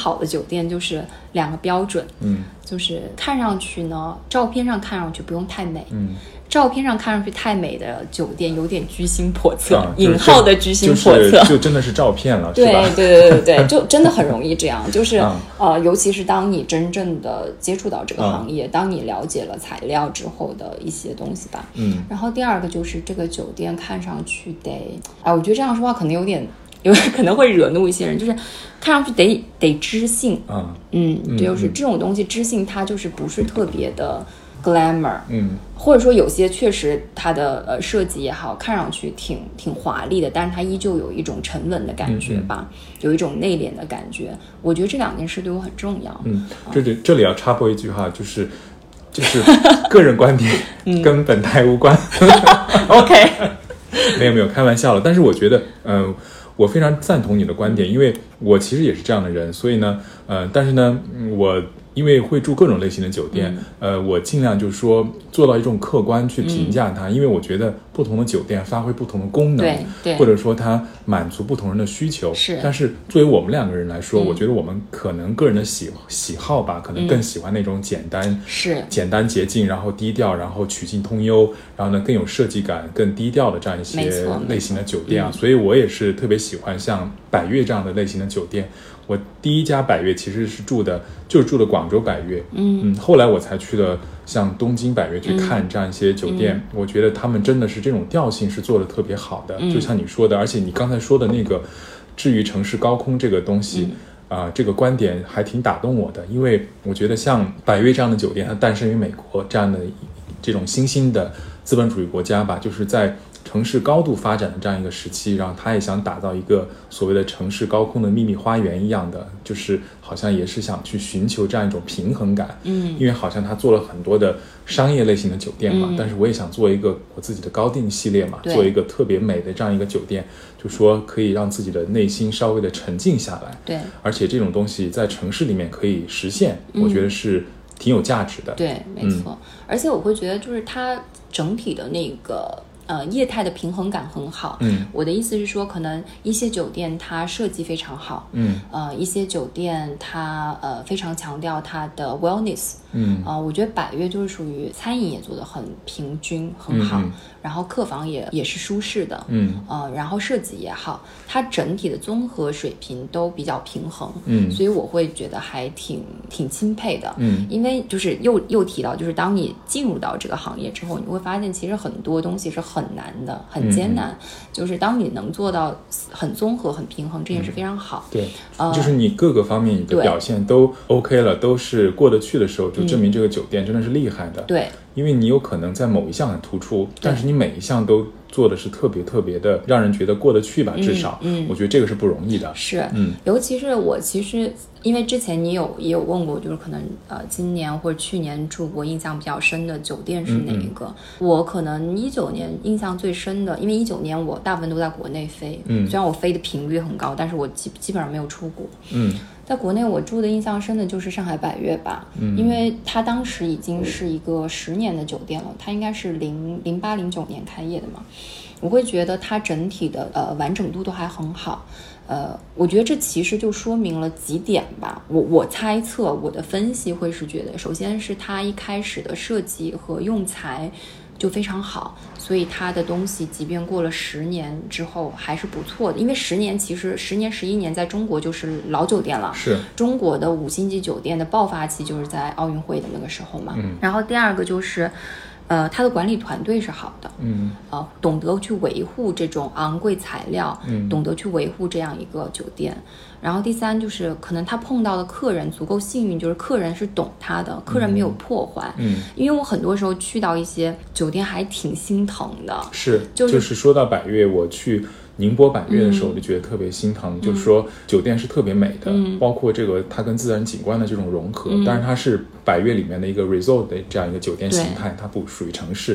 店就是两个标准， 嗯， 就是看上去呢，照片上看上去不用太美， 嗯。 照片上看上去太美的酒店有点居心叵测， 啊、 引号的居心叵测， 就是、就真的是照片了， 对是吧？ 对对对对，就真的很容易这样，就是、 啊、 呃，尤其是当你真正的接触到这个行业， 啊、 当你了解了材料之后的一些东西吧。 嗯。 然后第二个就是这个酒店看上去得，哎，我觉得这样说话可能有点。有可能会惹怒一些人，就是看上去得得知性啊， 嗯，就是这种东西知性，它就是不是特别的 glamour， 嗯， 或者说有些确实它的呃设计也好，看上去挺挺华丽的，但是它依旧有一种沉稳的感觉吧，嗯、有一种内敛的感觉。我觉得这两件事对我很重要。 嗯，这里这里要插播一句哈，就是就是个人观点跟本台无关。 OK， 没有没有，开玩笑了。但是我觉得，嗯、呃。我非常赞同你的观点，因为我其实也是这样的人，所以呢，呃，但是呢，我因为会住各种类型的酒店，嗯、呃，我尽量就是说做到一种客观去评价它，嗯、因为我觉得不同的酒店发挥不同的功能， 对对， 或者说它满足不同人的需求。 是， 但是作为我们两个人来说， 嗯、 我觉得我们可能个人的喜喜好吧，可能更喜欢那种简单， 是、嗯、 简单洁净，然后低调，然后曲径通幽，然后呢更有设计感、更低调的这样一些类型的酒店啊，所以我也是特别喜欢像百悦这样的类型的酒店。我第一家百悦其实是住的，就是住的广州百悦，嗯嗯，后来我才去了像东京百悦去看这样一些酒店，嗯、我觉得他们真的是这种调性是做的特别好的，嗯、就像你说的，而且你刚才说的那个至于城市高空这个东西，啊、嗯呃，这个观点还挺打动我的，因为我觉得像百悦这样的酒店，它诞生于美国这样的这种新兴的资本主义国家吧，就是在城市高度发展的这样一个时期，然后他也想打造一个所谓的城市高空的秘密花园一样的，就是好像也是想去寻求这样一种平衡感。嗯，因为好像他做了很多的商业类型的酒店嘛，嗯、但是我也想做一个我自己的高定系列嘛，做一个特别美的这样一个酒店，就说可以让自己的内心稍微的沉静下来。对，而且这种东西在城市里面可以实现，嗯、我觉得是挺有价值的。 对，没错。嗯、而且我会觉得就是它整体的那个。呃，业态的平衡感很好。嗯，我的意思是说，可能一些酒店它设计非常好。嗯，呃，一些酒店它呃非常强调它的 wellness。嗯，啊、呃，我觉得百悦就是属于餐饮也做得很平均，很好，嗯、然后客房也也是舒适的。嗯，呃，然后设计也好，它整体的综合水平都比较平衡。嗯，所以我会觉得还挺挺钦佩的。嗯，因为就是又又提到，就是当你进入到这个行业之后，你会发现其实很多东西是很很难的，很艰难。嗯、就是当你能做到很综合、很平衡，这件事非常好。 嗯、对，呃，就是你各个方面你的表现都 OK 了，都是过得去的时候，就证明这个酒店真的是厉害的。对、嗯，因为你有可能在某一项很突出，但是你每一项都做的是特别特别的，让人觉得过得去吧，至少，嗯，嗯我觉得这个是不容易的。 是，嗯，尤其是我其实。因为之前你有也有问过，就是可能呃今年或者去年住过印象比较深的酒店是哪一个？嗯嗯我可能一九年印象最深的，因为一九年我大部分都在国内飞，嗯，虽然我飞的频率很高，但是我基基本上没有出国，嗯，在国内我住的印象深的就是上海百悦吧，嗯，因为它当时已经是一个十年的酒店了，它应该是零零八零九年开业的嘛，我会觉得它整体的呃完整度都还很好。呃，我觉得这其实就说明了几点吧。我我猜测，我的分析会是觉得，首先是它一开始的设计和用材就非常好，所以它的东西即便过了十年之后还是不错的。因为十年其实十年十一年在中国就是老酒店了，是中国的五星级酒店的爆发期就是在奥运会的那个时候嘛。嗯，然后第二个就是。呃，他的管理团队是好的，嗯，呃，懂得去维护这种昂贵材料，嗯，懂得去维护这样一个酒店。然后第三就是可能他碰到的客人足够幸运，就是客人是懂他的，客人没有破坏，嗯，因为我很多时候去到一些酒店还挺心疼的， 是，就是、就是说到百悦，我去。宁波百悦的时候，我就觉得特别心疼，嗯、就是说酒店是特别美的，嗯、包括这个它跟自然景观的这种融合。嗯、当然，它是百悦里面的一个 resort 的这样一个酒店形态，它不属于城市。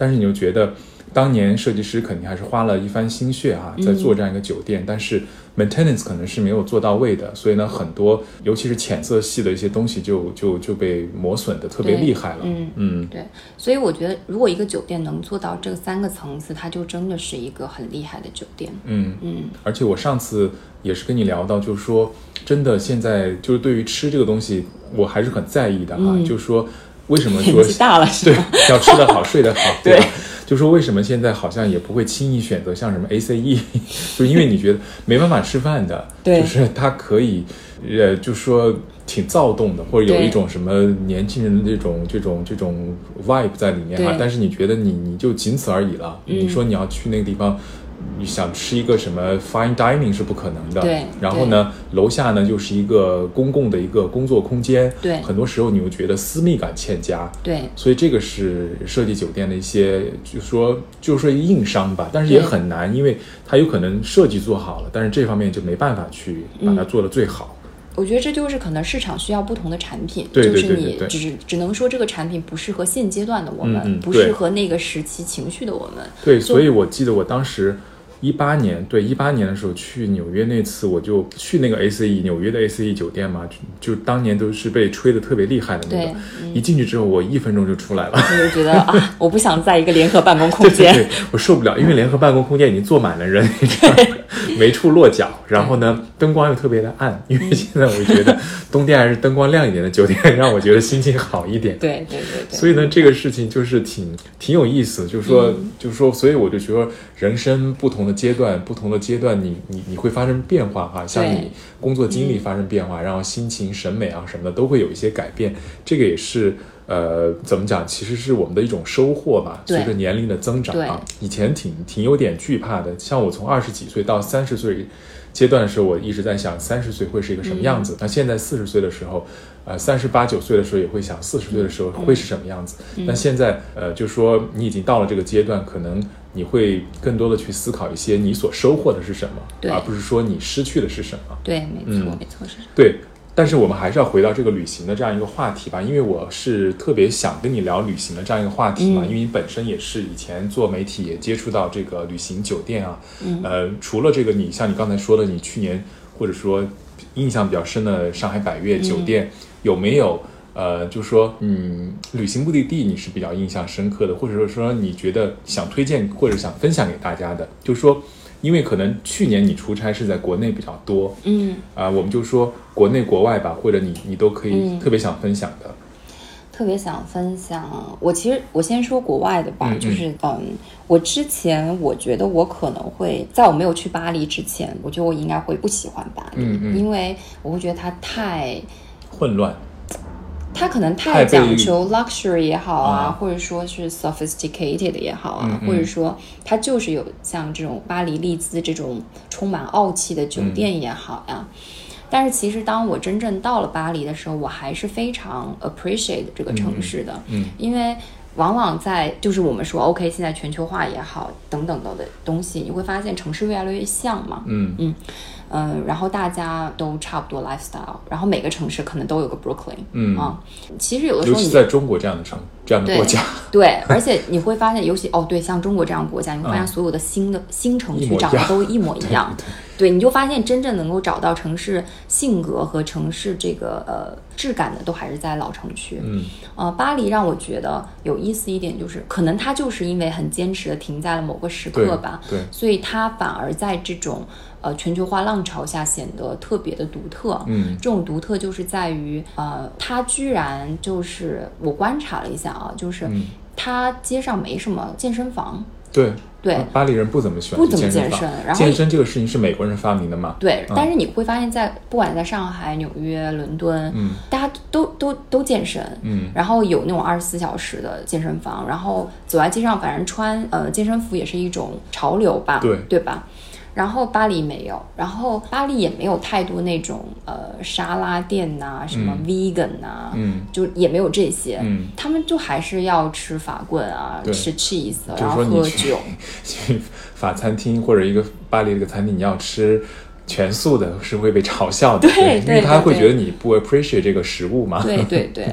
但是你又觉得当年设计师肯定还是花了一番心血啊，在做这样一个酒店、嗯、但是 maintenance 可能是没有做到位的，所以呢很多尤其是浅色系的一些东西就就就被磨损的特别厉害了。 嗯嗯，对，所以我觉得如果一个酒店能做到这三个层次，它就真的是一个很厉害的酒店。嗯嗯， 而且我上次也是跟你聊到，就是说真的现在就是对于吃这个东西我还是很在意的哈、嗯、就是说为什么说年纪大了是吧？ 对，要吃得好睡得好对吧？就说为什么现在好像也不会轻易选择像什么 A C E 就是因为你觉得没办法吃饭的就是它可以呃，就说挺躁动的，或者有一种什么年轻人的这种这种这种 vibe 在里面哈，但是你觉得你你就仅此而已了、嗯、你说你要去那个地方你想吃一个什么 fine dining 是不可能的， 对， 然后呢楼下呢就是一个公共的一个工作空间， 对， 很多时候你又觉得私密感欠佳， 对， 所以这个是设计酒店的一些就是说就是说硬伤吧，但是也很难，因为它有可能设计做好了，但是这方面就没办法去把它做得最好、嗯， 我觉得这就是可能市场需要不同的产品， 对对对对对， 就是你只只能说这个产品不适合现阶段的我们、 嗯嗯、 不适合那个时期情绪的我们， 对，所以我记得我当时一八年对一八年的时候去纽约那次，我就去那个 A C E 纽约的 A C E 酒店嘛，就, 就当年都是被吹得特别厉害的那个、嗯、一进去之后我一分钟就出来了， 我就觉得啊，我不想在一个联合办公空间对对对，我受不了，因为联合办公空间已经坐满了人没处落脚，然后呢灯光又特别的暗，因为现在我觉得冬天还是灯光亮一点的酒店让我觉得心情好一点， 对对对对， 所以呢这个事情就是挺挺有意思，就是说、嗯、就是说所以我就觉得人生不同的阶段不同的阶段你你你会发生变化哈，像你工作经历发生变化、嗯、然后心情审美啊什么的都会有一些改变，这个也是呃怎么讲，其实是我们的一种收获吧，随着年龄的增长啊，以前挺挺有点惧怕的，像我从二十几岁到三十岁阶段的时候，我一直在想三十岁会是一个什么样子、嗯、那现在四十岁的时候呃，三十八九岁的时候也会想四十岁的时候会是什么样子、嗯、但现在呃，就说你已经到了这个阶段，可能你会更多的去思考一些你所收获的是什么，而不是说你失去的是什么。 对，没错、嗯、没错是对，但是我们还是要回到这个旅行的这样一个话题吧，因为我是特别想跟你聊旅行的这样一个话题嘛、嗯、因为你本身也是以前做媒体也接触到这个旅行酒店啊、嗯、呃，除了这个你像你刚才说的你去年或者说印象比较深的上海百悦酒店、嗯、有没有呃，就是说嗯，旅行目的地你是比较印象深刻的，或者说你觉得想推荐或者想分享给大家的，就是说因为可能去年你出差是在国内比较多，嗯啊、呃，我们就说国内国外吧，或者你你都可以特别想分享的、嗯、 特别想分享，我其实我先说国外的吧，嗯嗯就是嗯，我之前我觉得我可能会在我没有去巴黎之前，我觉得我应该会不喜欢巴黎，嗯嗯因为我会觉得它太混乱， 它可能太讲求 luxury 也好啊、嗯、或者说是 sophisticated 也好啊、嗯嗯、或者说它就是有像这种巴黎丽兹这种充满傲气的酒店也好呀、啊嗯、但是其实当我真正到了巴黎的时候，我还是非常 appreciate 这个城市的，嗯，嗯因为往往在就是我们说 OK 现在全球化也好等等的东西，你会发现城市越来越像嘛，嗯嗯嗯，然后大家都差不多 lifestyle， 然后每个城市可能都有个 Brooklyn， 嗯啊，其实有的时候你尤其在中国这样的城这样的国家， 对，对而且你会发现，尤其哦对，像中国这样的国家，你会发现所有的新的、嗯、新城区长得都一模一样， 对, 对, 对，你就发现真正能够找到城市性格和城市这个呃质感的，都还是在老城区。嗯，呃，巴黎让我觉得有意思一点就是，可能它就是因为很坚持的停在了某个时刻吧， 对，对所以它反而在这种。呃，全球化浪潮下显得特别的独特。嗯，这种独特就是在于，呃，它居然就是我观察了一下啊，就是它街上没什么健身房。 对对， 巴黎人不怎么喜欢不怎么健身，然后健身这个事情是美国人发明的嘛？ 对，嗯、但是你会发现在不管在上海、纽约、伦敦，嗯，大家都都都健身，嗯，然后有那种二十四小时的健身房，然后走在街上，反正穿呃健身服也是一种潮流吧？ 对， 对吧？然后巴黎没有，然后巴黎也没有太多那种呃沙拉店呐、啊，什么 vegan 呐、啊，嗯，就也没有这些，嗯，他们就还是要吃法棍啊，吃 cheese， 然后喝酒。 去法餐厅或者一个巴黎这个餐厅，你要吃全素的，是会被嘲笑的， 对，对因为他会觉得你不 appreciate 这个食物嘛。 对对对。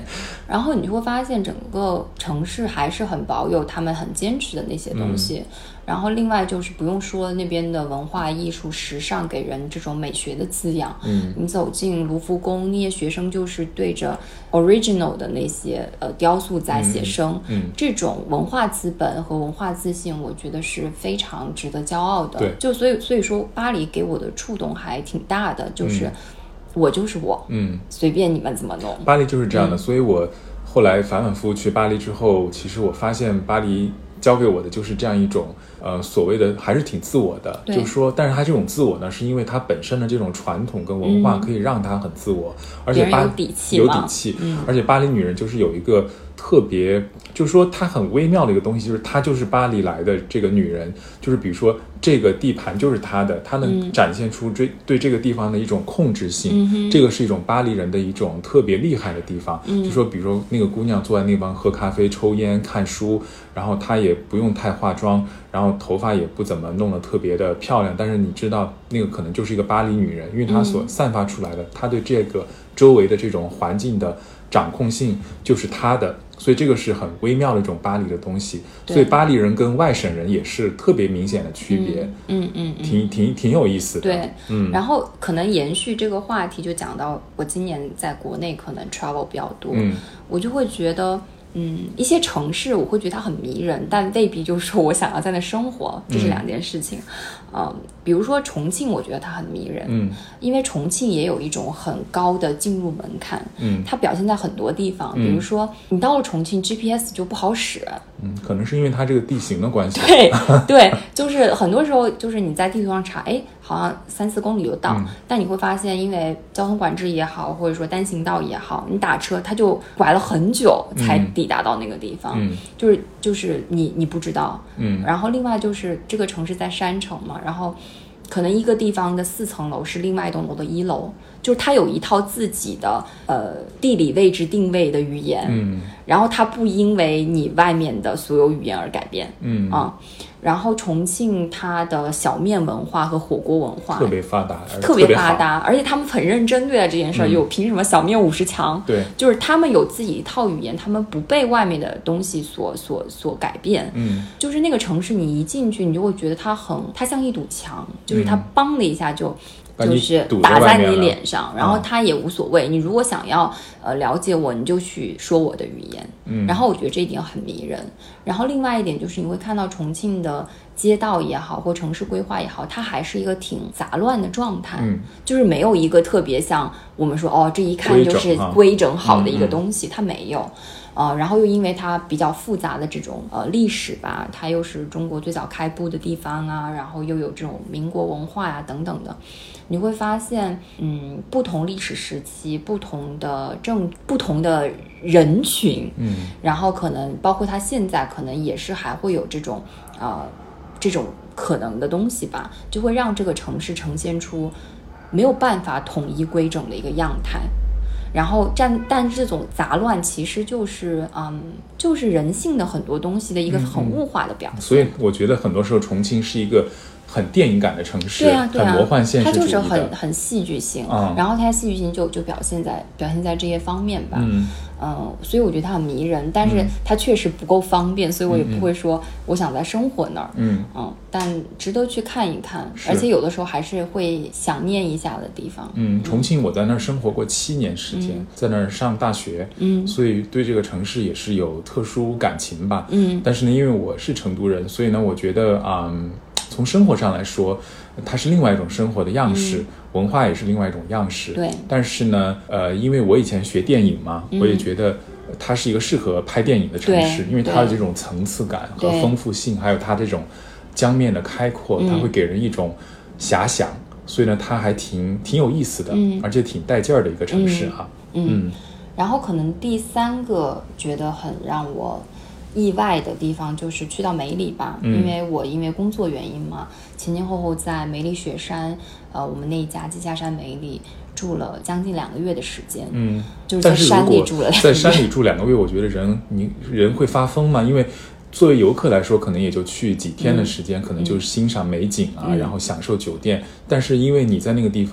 然后你就会发现整个城市还是很保有他们很坚持的那些东西。嗯，然后另外就是不用说那边的文化艺术时尚给人这种美学的滋养。 嗯， 你走进卢浮宫，那些学生就是对着 original 的那些呃雕塑在写生。 嗯，嗯这种文化资本和文化自信我觉得是非常值得骄傲的。 对， 就所以所以说巴黎给我的触动还挺大的，就是、嗯、我就是我， 嗯， 随便你们怎么弄。 巴黎就是这样的。嗯，所以我后来反反复复去巴黎之后，其实我发现巴黎教给我的就是这样一种呃所谓的还是挺自我的，就是说，但是他这种自我呢，是因为他本身的这种传统跟文化可以让他很自我，嗯，而且巴有底气有底气，嗯，而且巴黎女人就是有一个特别，就是说她很微妙的一个东西，就是她就是巴黎来的这个女人，就是比如说这个地盘就是她的，她能展现出这、嗯、对这个地方的一种控制性，嗯，这个是一种巴黎人的一种特别厉害的地方。嗯，就说比如说那个姑娘坐在那帮喝咖啡、抽烟、看书，然后她也不用太化妆，然后头发也不怎么弄得特别的漂亮，但是你知道那个可能就是一个巴黎女人，因为她所散发出来的，她对这个周围的这种环境的掌控性就是她的，所以这个是很微妙的一种巴黎的东西。所以巴黎人跟外省人也是特别明显的区别。 嗯嗯嗯， 挺挺挺有意思的。 对， 嗯， 然后可能延续这个话题，就讲到我今年在国内可能 travel 比较多， 嗯， 我就会觉得。嗯，一些城市我会觉得它很迷人，但未必就是说我想要在那生活，这是两件事情。嗯，呃、比如说重庆，我觉得它很迷人， 嗯， 因为重庆也有一种很高的进入门槛， 嗯， 它表现在很多地方，嗯、比如说你到了重庆 G P S 就不好使， 嗯，可能是因为它这个地形的关系， 对对，就是很多时候就是你在地图上查，哎，好像三四公里就到，嗯、但你会发现，因为交通管制也好，或者说单行道也好，你打车它就拐了很久才抵达到那个地方， 嗯， 就是就是你你不知道， 嗯， 然后另外就是这个城市在山城嘛，然后可能一个地方的四层楼是另外一栋楼的一楼，就是它有一套自己的呃地理位置定位的语言， 嗯， 然后它不因为你外面的所有语言而改变， 嗯啊。然后重庆它的小面文化和火锅文化特别发达， 特别发达，而且他们很认真对待这件事儿，嗯、有凭什么小面五十强？ 对， 就是他们有自己一套语言，他们不被外面的东西所所所改变。 嗯， 就是那个城市，你一进去，你就会觉得它很，它像一堵墙，就是它梆的一下就。 嗯、 就是打在你脸上，然后他也无所谓。嗯、你如果想要呃了解我，你就去说我的语言。 嗯， 然后我觉得这一点很迷人。然后另外一点就是你会看到重庆的街道也好，或城市规划也好，它还是一个挺杂乱的状态。 嗯， 就是没有一个特别像我们说哦，这一看就是规整好的一个东西， 嗯、 它没有。呃，然后又因为它比较复杂的这种呃历史吧，它又是中国最早开埠的地方啊，然后又有这种民国文化呀、啊、等等的，你会发现，嗯，不同历史时期、不同的政、不同的人群， 嗯， 然后可能包括它现在可能也是还会有这种呃这种可能的东西吧，就会让这个城市呈现出没有办法统一规整的一个样态。然后但但这种杂乱其实就是嗯，就是人性的很多东西的一个很物化的表现。 嗯嗯、所以我觉得很多时候重庆是一个很电影感的城市， 对啊对啊， 很魔幻现实主义的， 它就是很很戏剧性， 嗯、 然后它戏剧性就就表现在表现在这些方面吧。 嗯嗯，所以我觉得它很迷人，但是它确实不够方便，嗯、所以我也不会说我想在生活那儿。 嗯嗯，但值得去看一看，而且有的时候还是会想念一下的地方。 嗯，重庆我在那儿生活过七年时间，嗯、在那儿上大学， 嗯， 所以对这个城市也是有特殊感情吧。 嗯， 但是呢，因为我是成都人，所以呢，我觉得嗯，从生活上来说，它是另外一种生活的样式。嗯，文化也是另外一种样式， 对。 但是呢，呃，因为我以前学电影嘛， 嗯、 我也觉得它是一个适合拍电影的城市，因为它的这种层次感和丰富性，还有它这种江面的开阔，它会给人一种遐想，嗯、所以呢，它还挺挺有意思的， 嗯、 而且挺带劲儿的一个城市哈。 嗯，嗯嗯然后可能第三个觉得很让我意外的地方就是去到梅里吧， 嗯、 因为我因为工作原因嘛，前前后后在梅里雪山，呃，我们那一家季夏山梅里住了将近两个月的时间， 嗯， 就是在山里住了两个月。 在山里住两个月，我觉得人你人会发疯嘛，因为作为游客来说，可能也就去几天的时间，嗯、可能就是欣赏美景啊，嗯、然后享受酒店。但是因为你在那个地方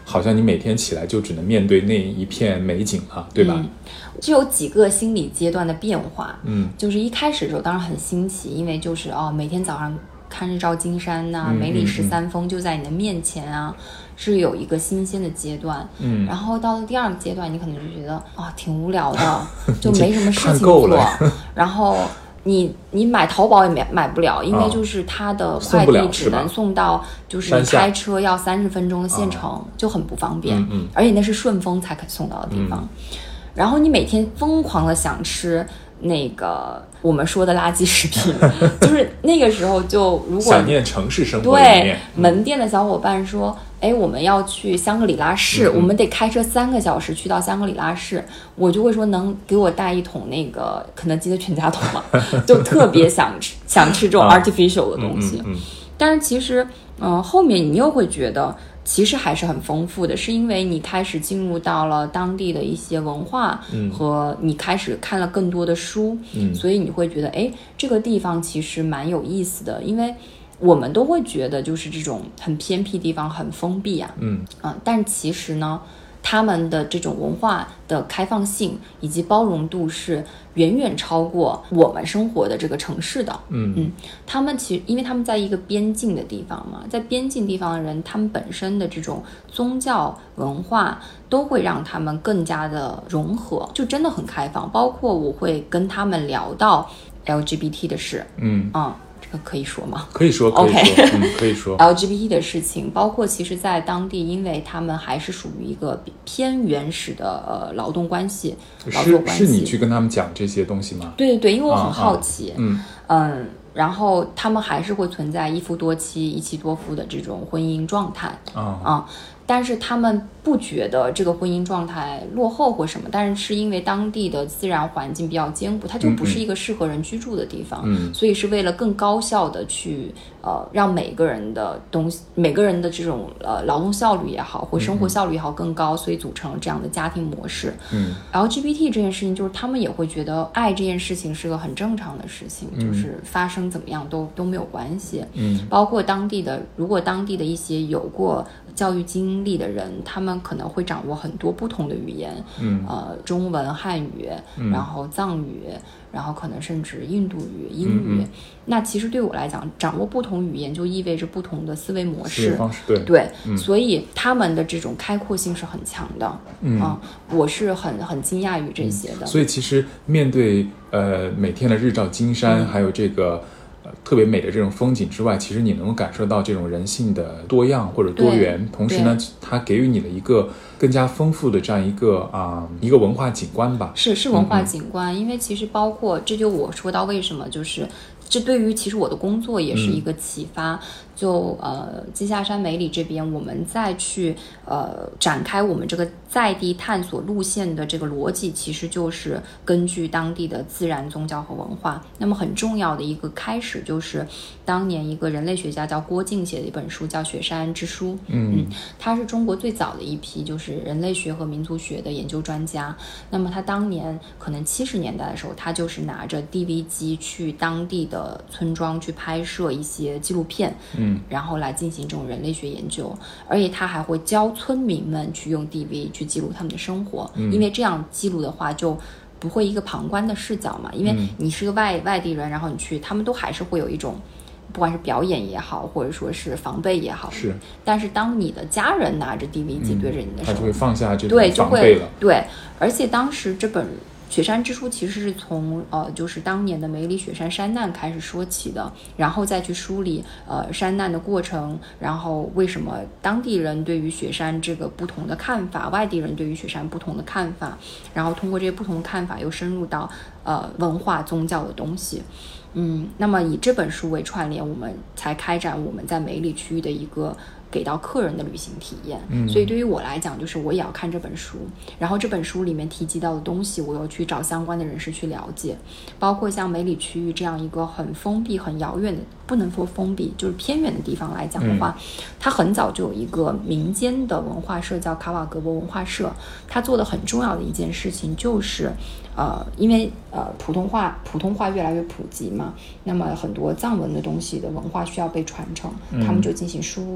好像你每天起来就只能面对那一片美景了，对吧？ 嗯，就有几个心理阶段的变化。 嗯， 就是一开始的时候当然很新奇，因为就是哦，每天早上看日照金山呐、啊嗯，梅里十三峰就在你的面前啊，嗯、是有一个新鲜的阶段。嗯，然后到了第二个阶段，你可能就觉得啊、哦，挺无聊的，就没什么事情做。然后你你买淘宝也买买不了，因为就是它的快递只能送到，就是你开车要三十分钟的县城，哦、就很不方便。嗯嗯，而且那是顺丰才可送到的地方。嗯、然后你每天疯狂的想吃那个我们说的垃圾食品，就是那个时候就如果想念城市生活里面， 对门店的小伙伴说，哎，我们要去香格里拉市，嗯、我们得开车三个小时去到香格里拉市，我就会说能给我带一桶那个肯德基的全家桶吗？就特别想吃想吃这种 artificial 的东西。啊嗯嗯嗯、但是其实，嗯、呃，后面你又会觉得。其实还是很丰富的，是因为你开始进入到了当地的一些文化，嗯，和你开始看了更多的书，嗯，所以你会觉得，哎，这个地方其实蛮有意思的，因为我们都会觉得就是这种很偏僻地方很封闭啊，嗯嗯，但其实呢，他们的这种文化的开放性以及包容度是远远超过我们生活的这个城市的。嗯嗯，他们其实因为他们在一个边境的地方嘛，在边境地方的人，他们本身的这种宗教文化都会让他们更加的融合，就真的很开放。包括我会跟他们聊到 L G B T 的事，嗯啊。可以说吗？ 可以说，可以说， okay. 嗯，可以说。 L G B T 的事情，包括其实在当地，因为他们还是属于一个偏原始的呃劳动关系，劳作关系。 是你去跟他们讲这些东西吗？ 对对对，因为我很好奇， 啊啊、嗯嗯，然后他们还是会存在一夫多妻、一妻多夫的这种婚姻状态啊啊。但是他们不觉得这个婚姻状态落后或什么，但是是因为当地的自然环境比较艰苦，它就不是一个适合人居住的地方，嗯，所以是为了更高效的去呃让每个人的东西，每个人的这种呃劳动效率也好，或生活效率也好更高，所以组成了这样的家庭模式。嗯 ，L G B T 这件事情，就是他们也会觉得爱这件事情是个很正常的事情，嗯、就是发生怎么样都都没有关系。嗯，包括当地的，如果当地的一些有过教育经历的人，他们可能会掌握很多不同的语言，嗯，呃，中文、汉语，嗯、然后藏语，然后可能甚至印度语、英语。嗯嗯那其实对我来讲，掌握不同语言就意味着不同的思维模式， 方式对对、嗯，所以他们的这种开阔性是很强的。嗯，啊、我是很很惊讶于这些的。 嗯、所以其实面对呃每天的日照金山，嗯、还有这个。呃，特别美的这种风景之外，其实你能够感受到这种人性的多样或者多元，同时呢，它给予你了一个更加丰富的这样一个啊、呃、一个文化景观吧。 是是文化景观、嗯，因为其实包括这就我说到为什么就是这对于其实我的工作也是一个启发。嗯就呃，鸡下山梅里这边，我们再去呃展开我们这个在地探索路线的这个逻辑，其实就是根据当地的自然、宗教和文化。那么很重要的一个开始，就是当年一个人类学家叫郭靖写的一本书，叫《雪山之书》。嗯嗯，他是中国最早的一批就是人类学和民族学的研究专家。那么他当年可能七十年代的时候，他就是拿着 D V 机去当地的村庄去拍摄一些纪录片。嗯。然后来进行这种人类学研究，而且他还会教村民们去用 D V 去记录他们的生活、嗯、因为这样记录的话就不会一个旁观的视角嘛，因为你是个外、嗯、外地人，然后你去他们都还是会有一种不管是表演也好或者说是防备也好， 是， 但是当你的家人拿着 D V 机对着你的时候、嗯、 他就会放下这种防备了。 对, 对，而且当时这本雪山之书其实是从呃，就是当年的梅里雪山山难开始说起的，然后再去梳理呃山难的过程，然后为什么当地人对于雪山这个不同的看法，外地人对于雪山不同的看法，然后通过这些不同的看法又深入到呃文化宗教的东西。嗯，那么以这本书为串联，我们才开展我们在梅里区域的一个给到客人的旅行体验。嗯，所以对于我来讲，就是我也要看这本书，然后这本书里面提及到的东西，我又去找相关的人士去了解，包括像梅里区域这样一个很封闭、很遥远的，不能说封闭，就是偏远的地方来讲的话，嗯、它很早就有一个民间的文化社叫卡瓦格博文化社，它做的很重要的一件事情就是。呃，因为呃普通话普通话越来越普及嘛，那么很多藏文的东西的文化需要被传承，嗯、他们就进行输输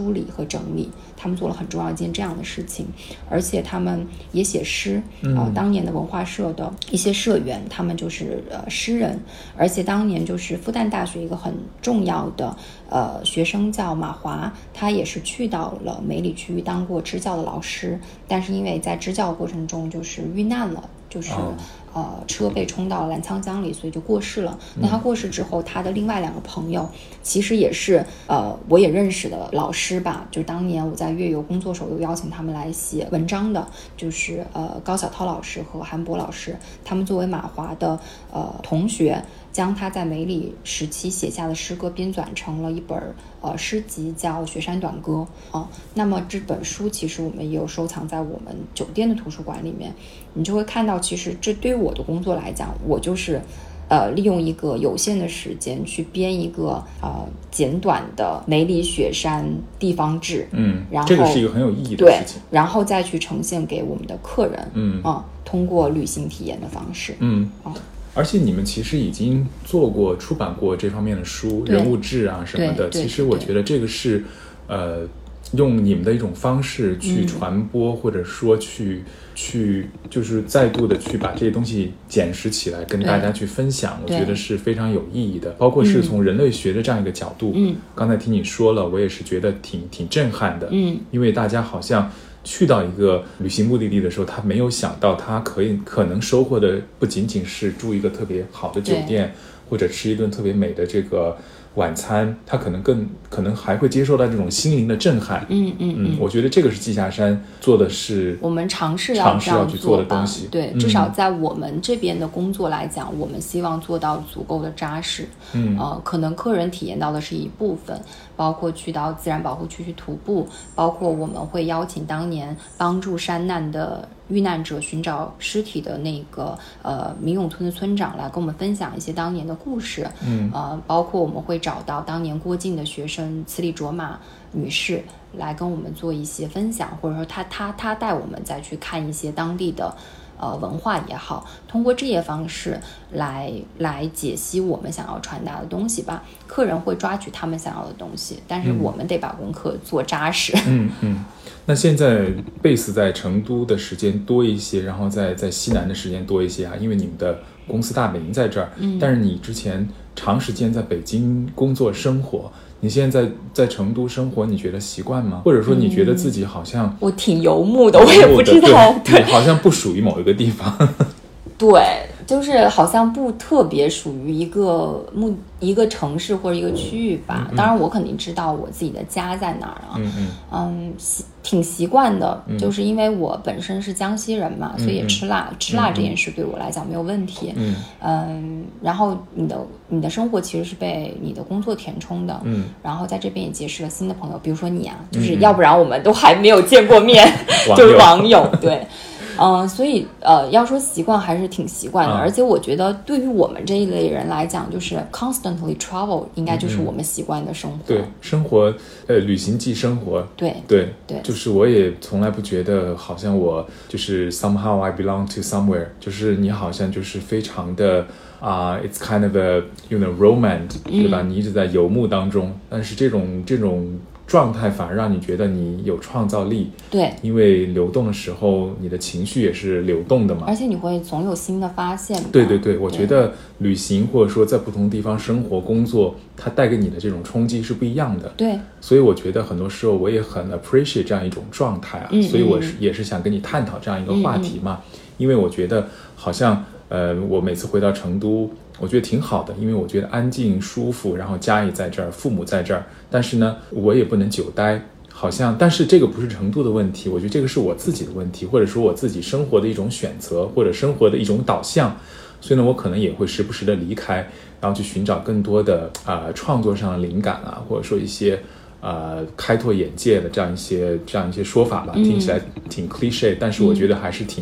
梳理和整理，他们做了很重要一件这样的事情，而且他们也写诗， 嗯、 呃，当年的文化社的一些社员，他们就是呃诗人，而且当年就是复旦大学一个很重要的呃学生叫马华，他也是去到了梅里区域当过支教的老师，但是因为在支教过程中就是遇难了，就是、哦呃，车被冲到澜沧江里，所以就过世了。那他过世之后，他的另外两个朋友，其实也是呃，我也认识的老师吧。就当年我在月游工作时候，有邀请他们来写文章的，就是呃高晓涛老师和韩博老师，他们作为马华的呃同学，将他在梅里时期写下的诗歌编纂成了一本呃诗集，叫《雪山短歌》啊、呃。那么这本书其实我们也有收藏在我们酒店的图书馆里面，你就会看到，其实这对于我的工作来讲，我就是呃利用一个有限的时间去编一个呃简短的梅里雪山地方志， 嗯， 然后这个是一个很有意义的对事情， 然后再去呈现给我们的客人， 嗯啊、呃，通过旅行体验的方式， 嗯啊。 而且你们其实已经做过、出版过这方面的书，人物志啊什么的。其实我觉得这个是，呃，用你们的一种方式去传播，嗯、或者说去去就是再度的去把这些东西捡拾起来，跟大家去分享。我觉得是非常有意义的。包括是从人类学的这样一个角度，嗯，刚才听你说了，我也是觉得挺挺震撼的，嗯，因为大家好像去到一个旅行目的地的时候，他没有想到他可以可能收获的不仅仅是住一个特别好的酒店，或者吃一顿特别美的这个晚餐，他可能更可能还会接受到这种心灵的震撼。 嗯嗯嗯， 我觉得这个是季下山做的是我们尝试要这样去做的东西。 对，至少在我们这边的工作来讲，嗯、我们希望做到足够的扎实。嗯，呃，可能客人体验到的是一部分。包括去到自然保护区去徒步，包括我们会邀请当年帮助山难的遇难者寻找尸体的那个呃民永村的村长来跟我们分享一些当年的故事。嗯，呃，包括我们会找到当年郭靖的学生茨里卓玛女士来跟我们做一些分享，或者说她她她带我们再去看一些当地的呃文化也好，通过这些方式来来解析我们想要传达的东西吧。客人会抓取他们想要的东西，但是我们得把功课做扎实。 嗯嗯。那现在 base 在成都的时间多一些，然后在在西南的时间多一些啊，因为你们的公司大本营在这儿。嗯。但是你之前长时间在北京工作生活，你现在在在成都生活，你觉得习惯吗？或者说你觉得自己好像、嗯、 我挺游牧的，我也不知道， 对，好像不属于某一个地方。 对，就是好像不特别属于一个目一个城市或者一个区域吧。嗯嗯，当然我肯定知道我自己的家在哪儿啊。嗯嗯嗯，挺习惯的、嗯，就是因为我本身是江西人嘛，嗯、所以也吃辣、嗯，吃辣这件事对我来讲没有问题。嗯嗯，然后你的你的生活其实是被你的工作填充的。嗯，然后在这边也结识了新的朋友，比如说你啊，就是要不然我们都还没有见过面，嗯、就是网友对。嗯、呃，所以呃，要说习惯还是挺习惯的、嗯，而且我觉得对于我们这一类人来讲，就是 constantly travel 应该就是我们习惯的生活。嗯、 对，生活，呃，旅行即生活。 对对对， 就是我也从来不觉得好像我就是 somehow I belong to somewhere， 就是你好像就是非常的啊、uh, ，it's kind of a you know romance，、嗯、对吧？你一直在游牧当中，但是这种这种。状态反而让你觉得你有创造力， 对， 因为流动的时候，你的情绪也是流动的嘛， 而且你会总有新的发现。 对对对，我觉得旅行或者说在不同地方生活工作，它带给你的这种冲击是不一样的。 对， 所以我觉得很多时候我也很 appreciate 这样一种状态啊，嗯、所以我是也是想跟你探讨这样一个话题嘛，嗯、因为我觉得好像呃，我每次回到成都。我觉得挺好的，因为我觉得安静舒服，然后家也在这儿，父母在这儿，但是呢我也不能久待，好像但是这个不是成都的问题，我觉得这个是我自己的问题，或者说我自己生活的一种选择，或者生活的一种导向，所以呢我可能也会时不时的离开，然后去寻找更多的呃创作上的灵感啊，或者说一些呃开拓眼界的这样一些这样一些说法吧，听起来挺 cliché， 但是我觉得还是挺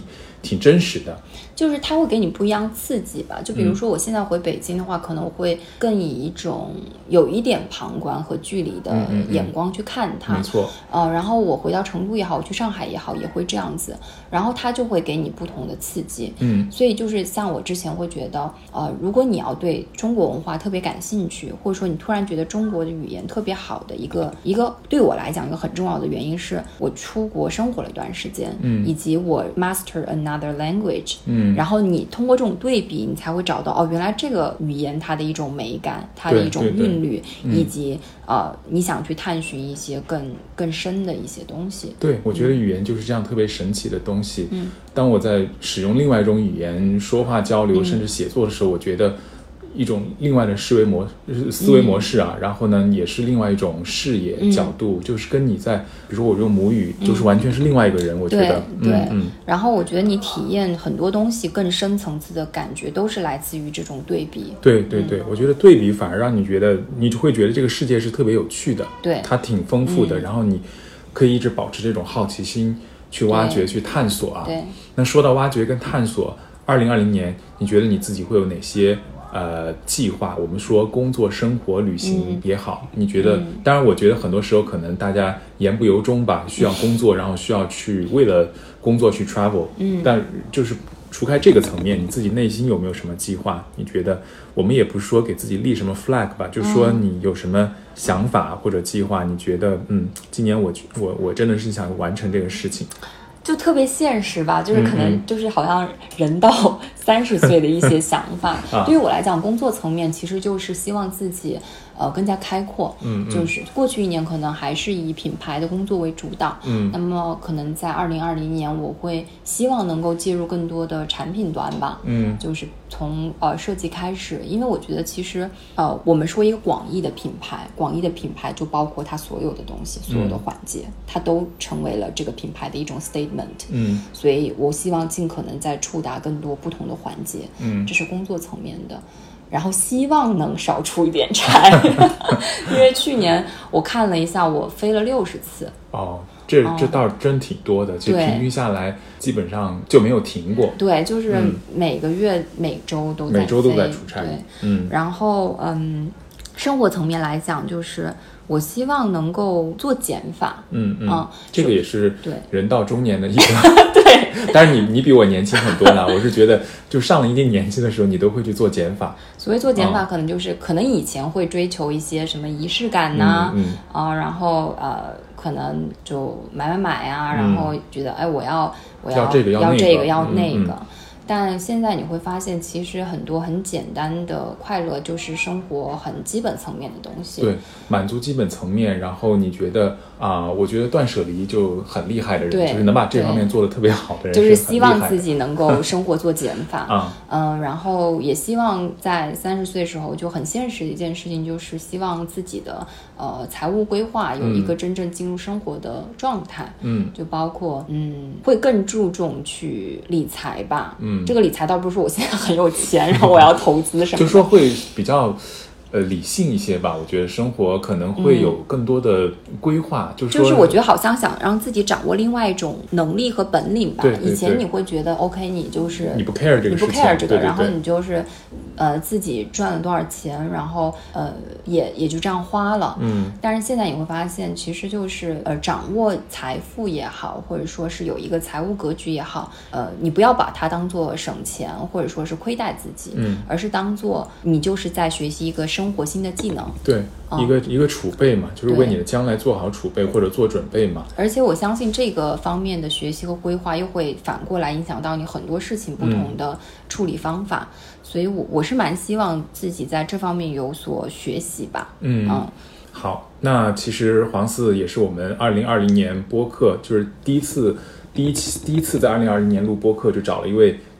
挺真实的。 就是它会给你不一样刺激吧，就比如说我现在回北京的话，嗯、可能会更以一种有一点旁观和距离的眼光去看它， 嗯嗯嗯、没错。 呃，然后我回到成都也好，我去上海也好，也会这样子，然后它就会给你不同的刺激。 嗯， 所以就是像我之前会觉得，呃，如果你要对中国文化特别感兴趣，或者说你突然觉得中国的语言特别好的一个一个对我来讲一个很重要的原因是我出国生活了一段时间， 嗯， 以及我 master another language， 嗯。 然后你通过这种对比，你才会找到哦，原来这个语言它的一种美感，它的一种韵律， 嗯、 以及呃，你想去探寻一些更更深的一些东西。 对，我觉得语言就是这样特别神奇的东西。 嗯， 当我在使用另外一种语言说话交流， 嗯、 甚至写作的时候，我觉得一种另外的思维模思维模式啊、嗯，然后呢，也是另外一种视野、嗯、角度，就是跟你在，比如说我用母语，嗯、就是完全是另外一个人。我觉得， 对，对嗯， 然后我觉得你体验很多东西更深层次的感觉，都是来自于这种对比。 对对对，嗯、我觉得对比反而让你觉得，你就会觉得这个世界是特别有趣的， 对， 它挺丰富的， 嗯、 然后你可以一直保持这种好奇心去挖掘、去探索啊。 对， 那说到挖掘跟探索，二零二零年，你觉得你自己会有哪些？呃，计划，我们说工作、生活、旅行也好，嗯、你觉得？当然，我觉得很多时候可能大家言不由衷吧，需要工作，然后需要去为了工作去 travel。嗯，但就是除开这个层面，你自己内心有没有什么计划？你觉得？我们也不是说给自己立什么 flag 吧，就是说你有什么想法或者计划？你觉得，嗯，今年我我我真的是想完成这个事情。 就特别现实吧，就是可能就是好像人到三十岁的一些想法。 啊、 对于我来讲，工作层面其实就是希望自己呃更加开阔。 嗯， 就是过去一年可能还是以品牌的工作为主导。 嗯， 那么可能在二零二零年，我会希望能够介入更多的产品端吧。 嗯， 就是从呃设计开始，因为我觉得其实呃我们说一个广义的品牌，广义的品牌就包括它所有的东西，所有的环节，嗯、它都成为了这个品牌的一种 statement。 嗯， 所以我希望尽可能在触达更多不同的环节。 嗯， 这是工作层面的，然后希望能少出一点差，因为去年我看了一下，我飞了六十次。 哦，这这倒是真挺多的，就平均下来基本上就没有停过。 对，就是每个月、嗯、每周都在飞， 每周都在出差。 对， 嗯， 然后嗯，生活层面来讲，就是我希望能够做减法。 嗯嗯， 嗯这个也是对人到中年的一个。 对， 但是你你比我年轻很多了，我是觉得就上了一定年纪的时候，你都会去做减法。 所谓做减法，可能就是、嗯、可能以前会追求一些什么仪式感呐、啊， 嗯嗯呃，然后呃，可能就买买买啊，然后觉得、嗯、哎，我要我要要这个要那个要这个要那个。 嗯嗯但现在你会发现，其实很多很简单的快乐，就是生活很基本层面的东西。 对，满足基本层面，然后你觉得啊、呃，我觉得断舍离就很厉害的人，就是能把这方面做得特别好的人， 就是希望自己能够生活做减法啊， 嗯，然后也希望在三十岁时候就很现实的一件事情，就是希望自己的呃财务规划有一个真正进入生活的状态。 嗯， 就包括嗯，会更注重去理财吧。 嗯。 这个理财倒不是说我现在很有钱，然后我要投资什么的， 就说会比较呃理性一些吧。我觉得生活可能会有更多的规划，嗯、就是说就是我觉得好像想让自己掌握另外一种能力和本领吧。 对对对， 以前你会觉得 OK， 你就是你不 care 这个事情， 你不 care 这个， 对对对， 然后你就是呃自己赚了多少钱，然后呃也也就这样花了。 嗯， 但是现在你会发现，其实就是呃掌握财富也好，或者说是有一个财务格局也好，呃你不要把它当做省钱或者说是亏待自己， 嗯， 而是当做你就是在学习一个生活新的技能。 对， 嗯、 一个一个储备嘛，就是为你的将来做好储备或者做准备嘛。 而且我相信这个方面的学习和规划又会反过来影响到你很多事情不同的处理方法。嗯，所以我我是蛮希望自己在这方面有所学习吧。 嗯，嗯好，那其实黄四也是我们二零二零年播客，就是第一次第一期第一次在二零二零年录播客，就找了一位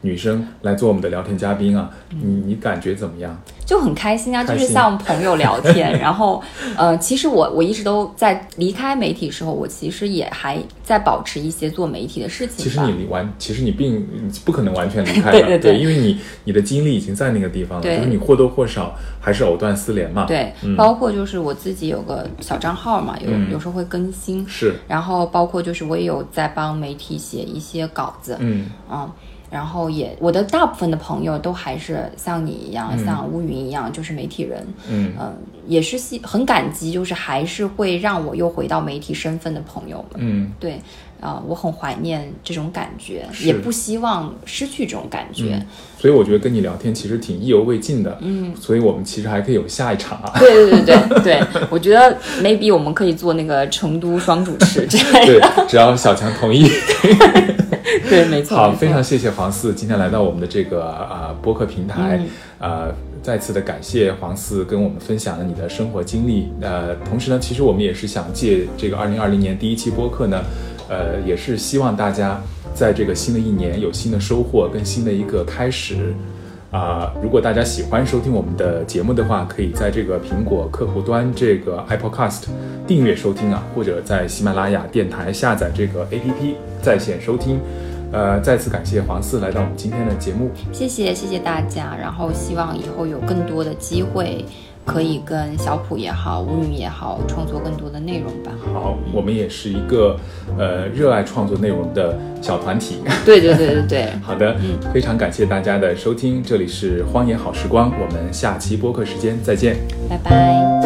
女生来做我们的聊天嘉宾啊，嗯、你你感觉怎么样？ 就很开心啊，就是像朋友聊天。然后，呃，其实我我一直都在离开媒体时候，我其实也还在保持一些做媒体的事情吧。 其实你完，其实你并不可能完全离开的， 对对 对, 对，因为你你的精力已经在那个地方了，就是你或多或少还是藕断丝连嘛。 对、嗯，包括就是我自己有个小账号嘛，有、嗯、有时候会更新， 是。 然后包括就是我也有在帮媒体写一些稿子， 嗯嗯。然后也，我的大部分的朋友都还是像你一样，嗯、像乌云一样，就是媒体人。 嗯、 呃、也是很感激，就是还是会让我又回到媒体身份的朋友们。 嗯， 对，啊、呃，我很怀念这种感觉，也不希望失去这种感觉。 嗯、所以我觉得跟你聊天其实挺意犹未尽的。嗯，所以我们其实还可以有下一场啊。 对对对对对，我觉得 maybe 我们可以做那个成都双主持之类的。对，只要小强同意。 对，没错。 好，非常谢谢黄四今天来到我们的这个啊、呃、播客平台，嗯、呃，再次的感谢黄四跟我们分享了你的生活经历。呃，同时呢，其实我们也是想借这个二零二零年第一期播客呢，呃，也是希望大家在这个新的一年有新的收获跟新的一个开始。啊、呃，如果大家喜欢收听我们的节目的话，可以在这个苹果客户端这个 iPodcast 订阅收听啊，或者在喜马拉雅电台下载这个 A P P 在线收听。呃，再次感谢黄四来到我们今天的节目， 谢谢谢谢大家，然后希望以后有更多的机会可以跟小普也好，乌云也好，创作更多的内容吧。 好，我们也是一个呃热爱创作内容的小团体。 对对对对对。 好的，嗯，非常感谢大家的收听，这里是荒野好时光，我们下期播客时间再见， 拜拜。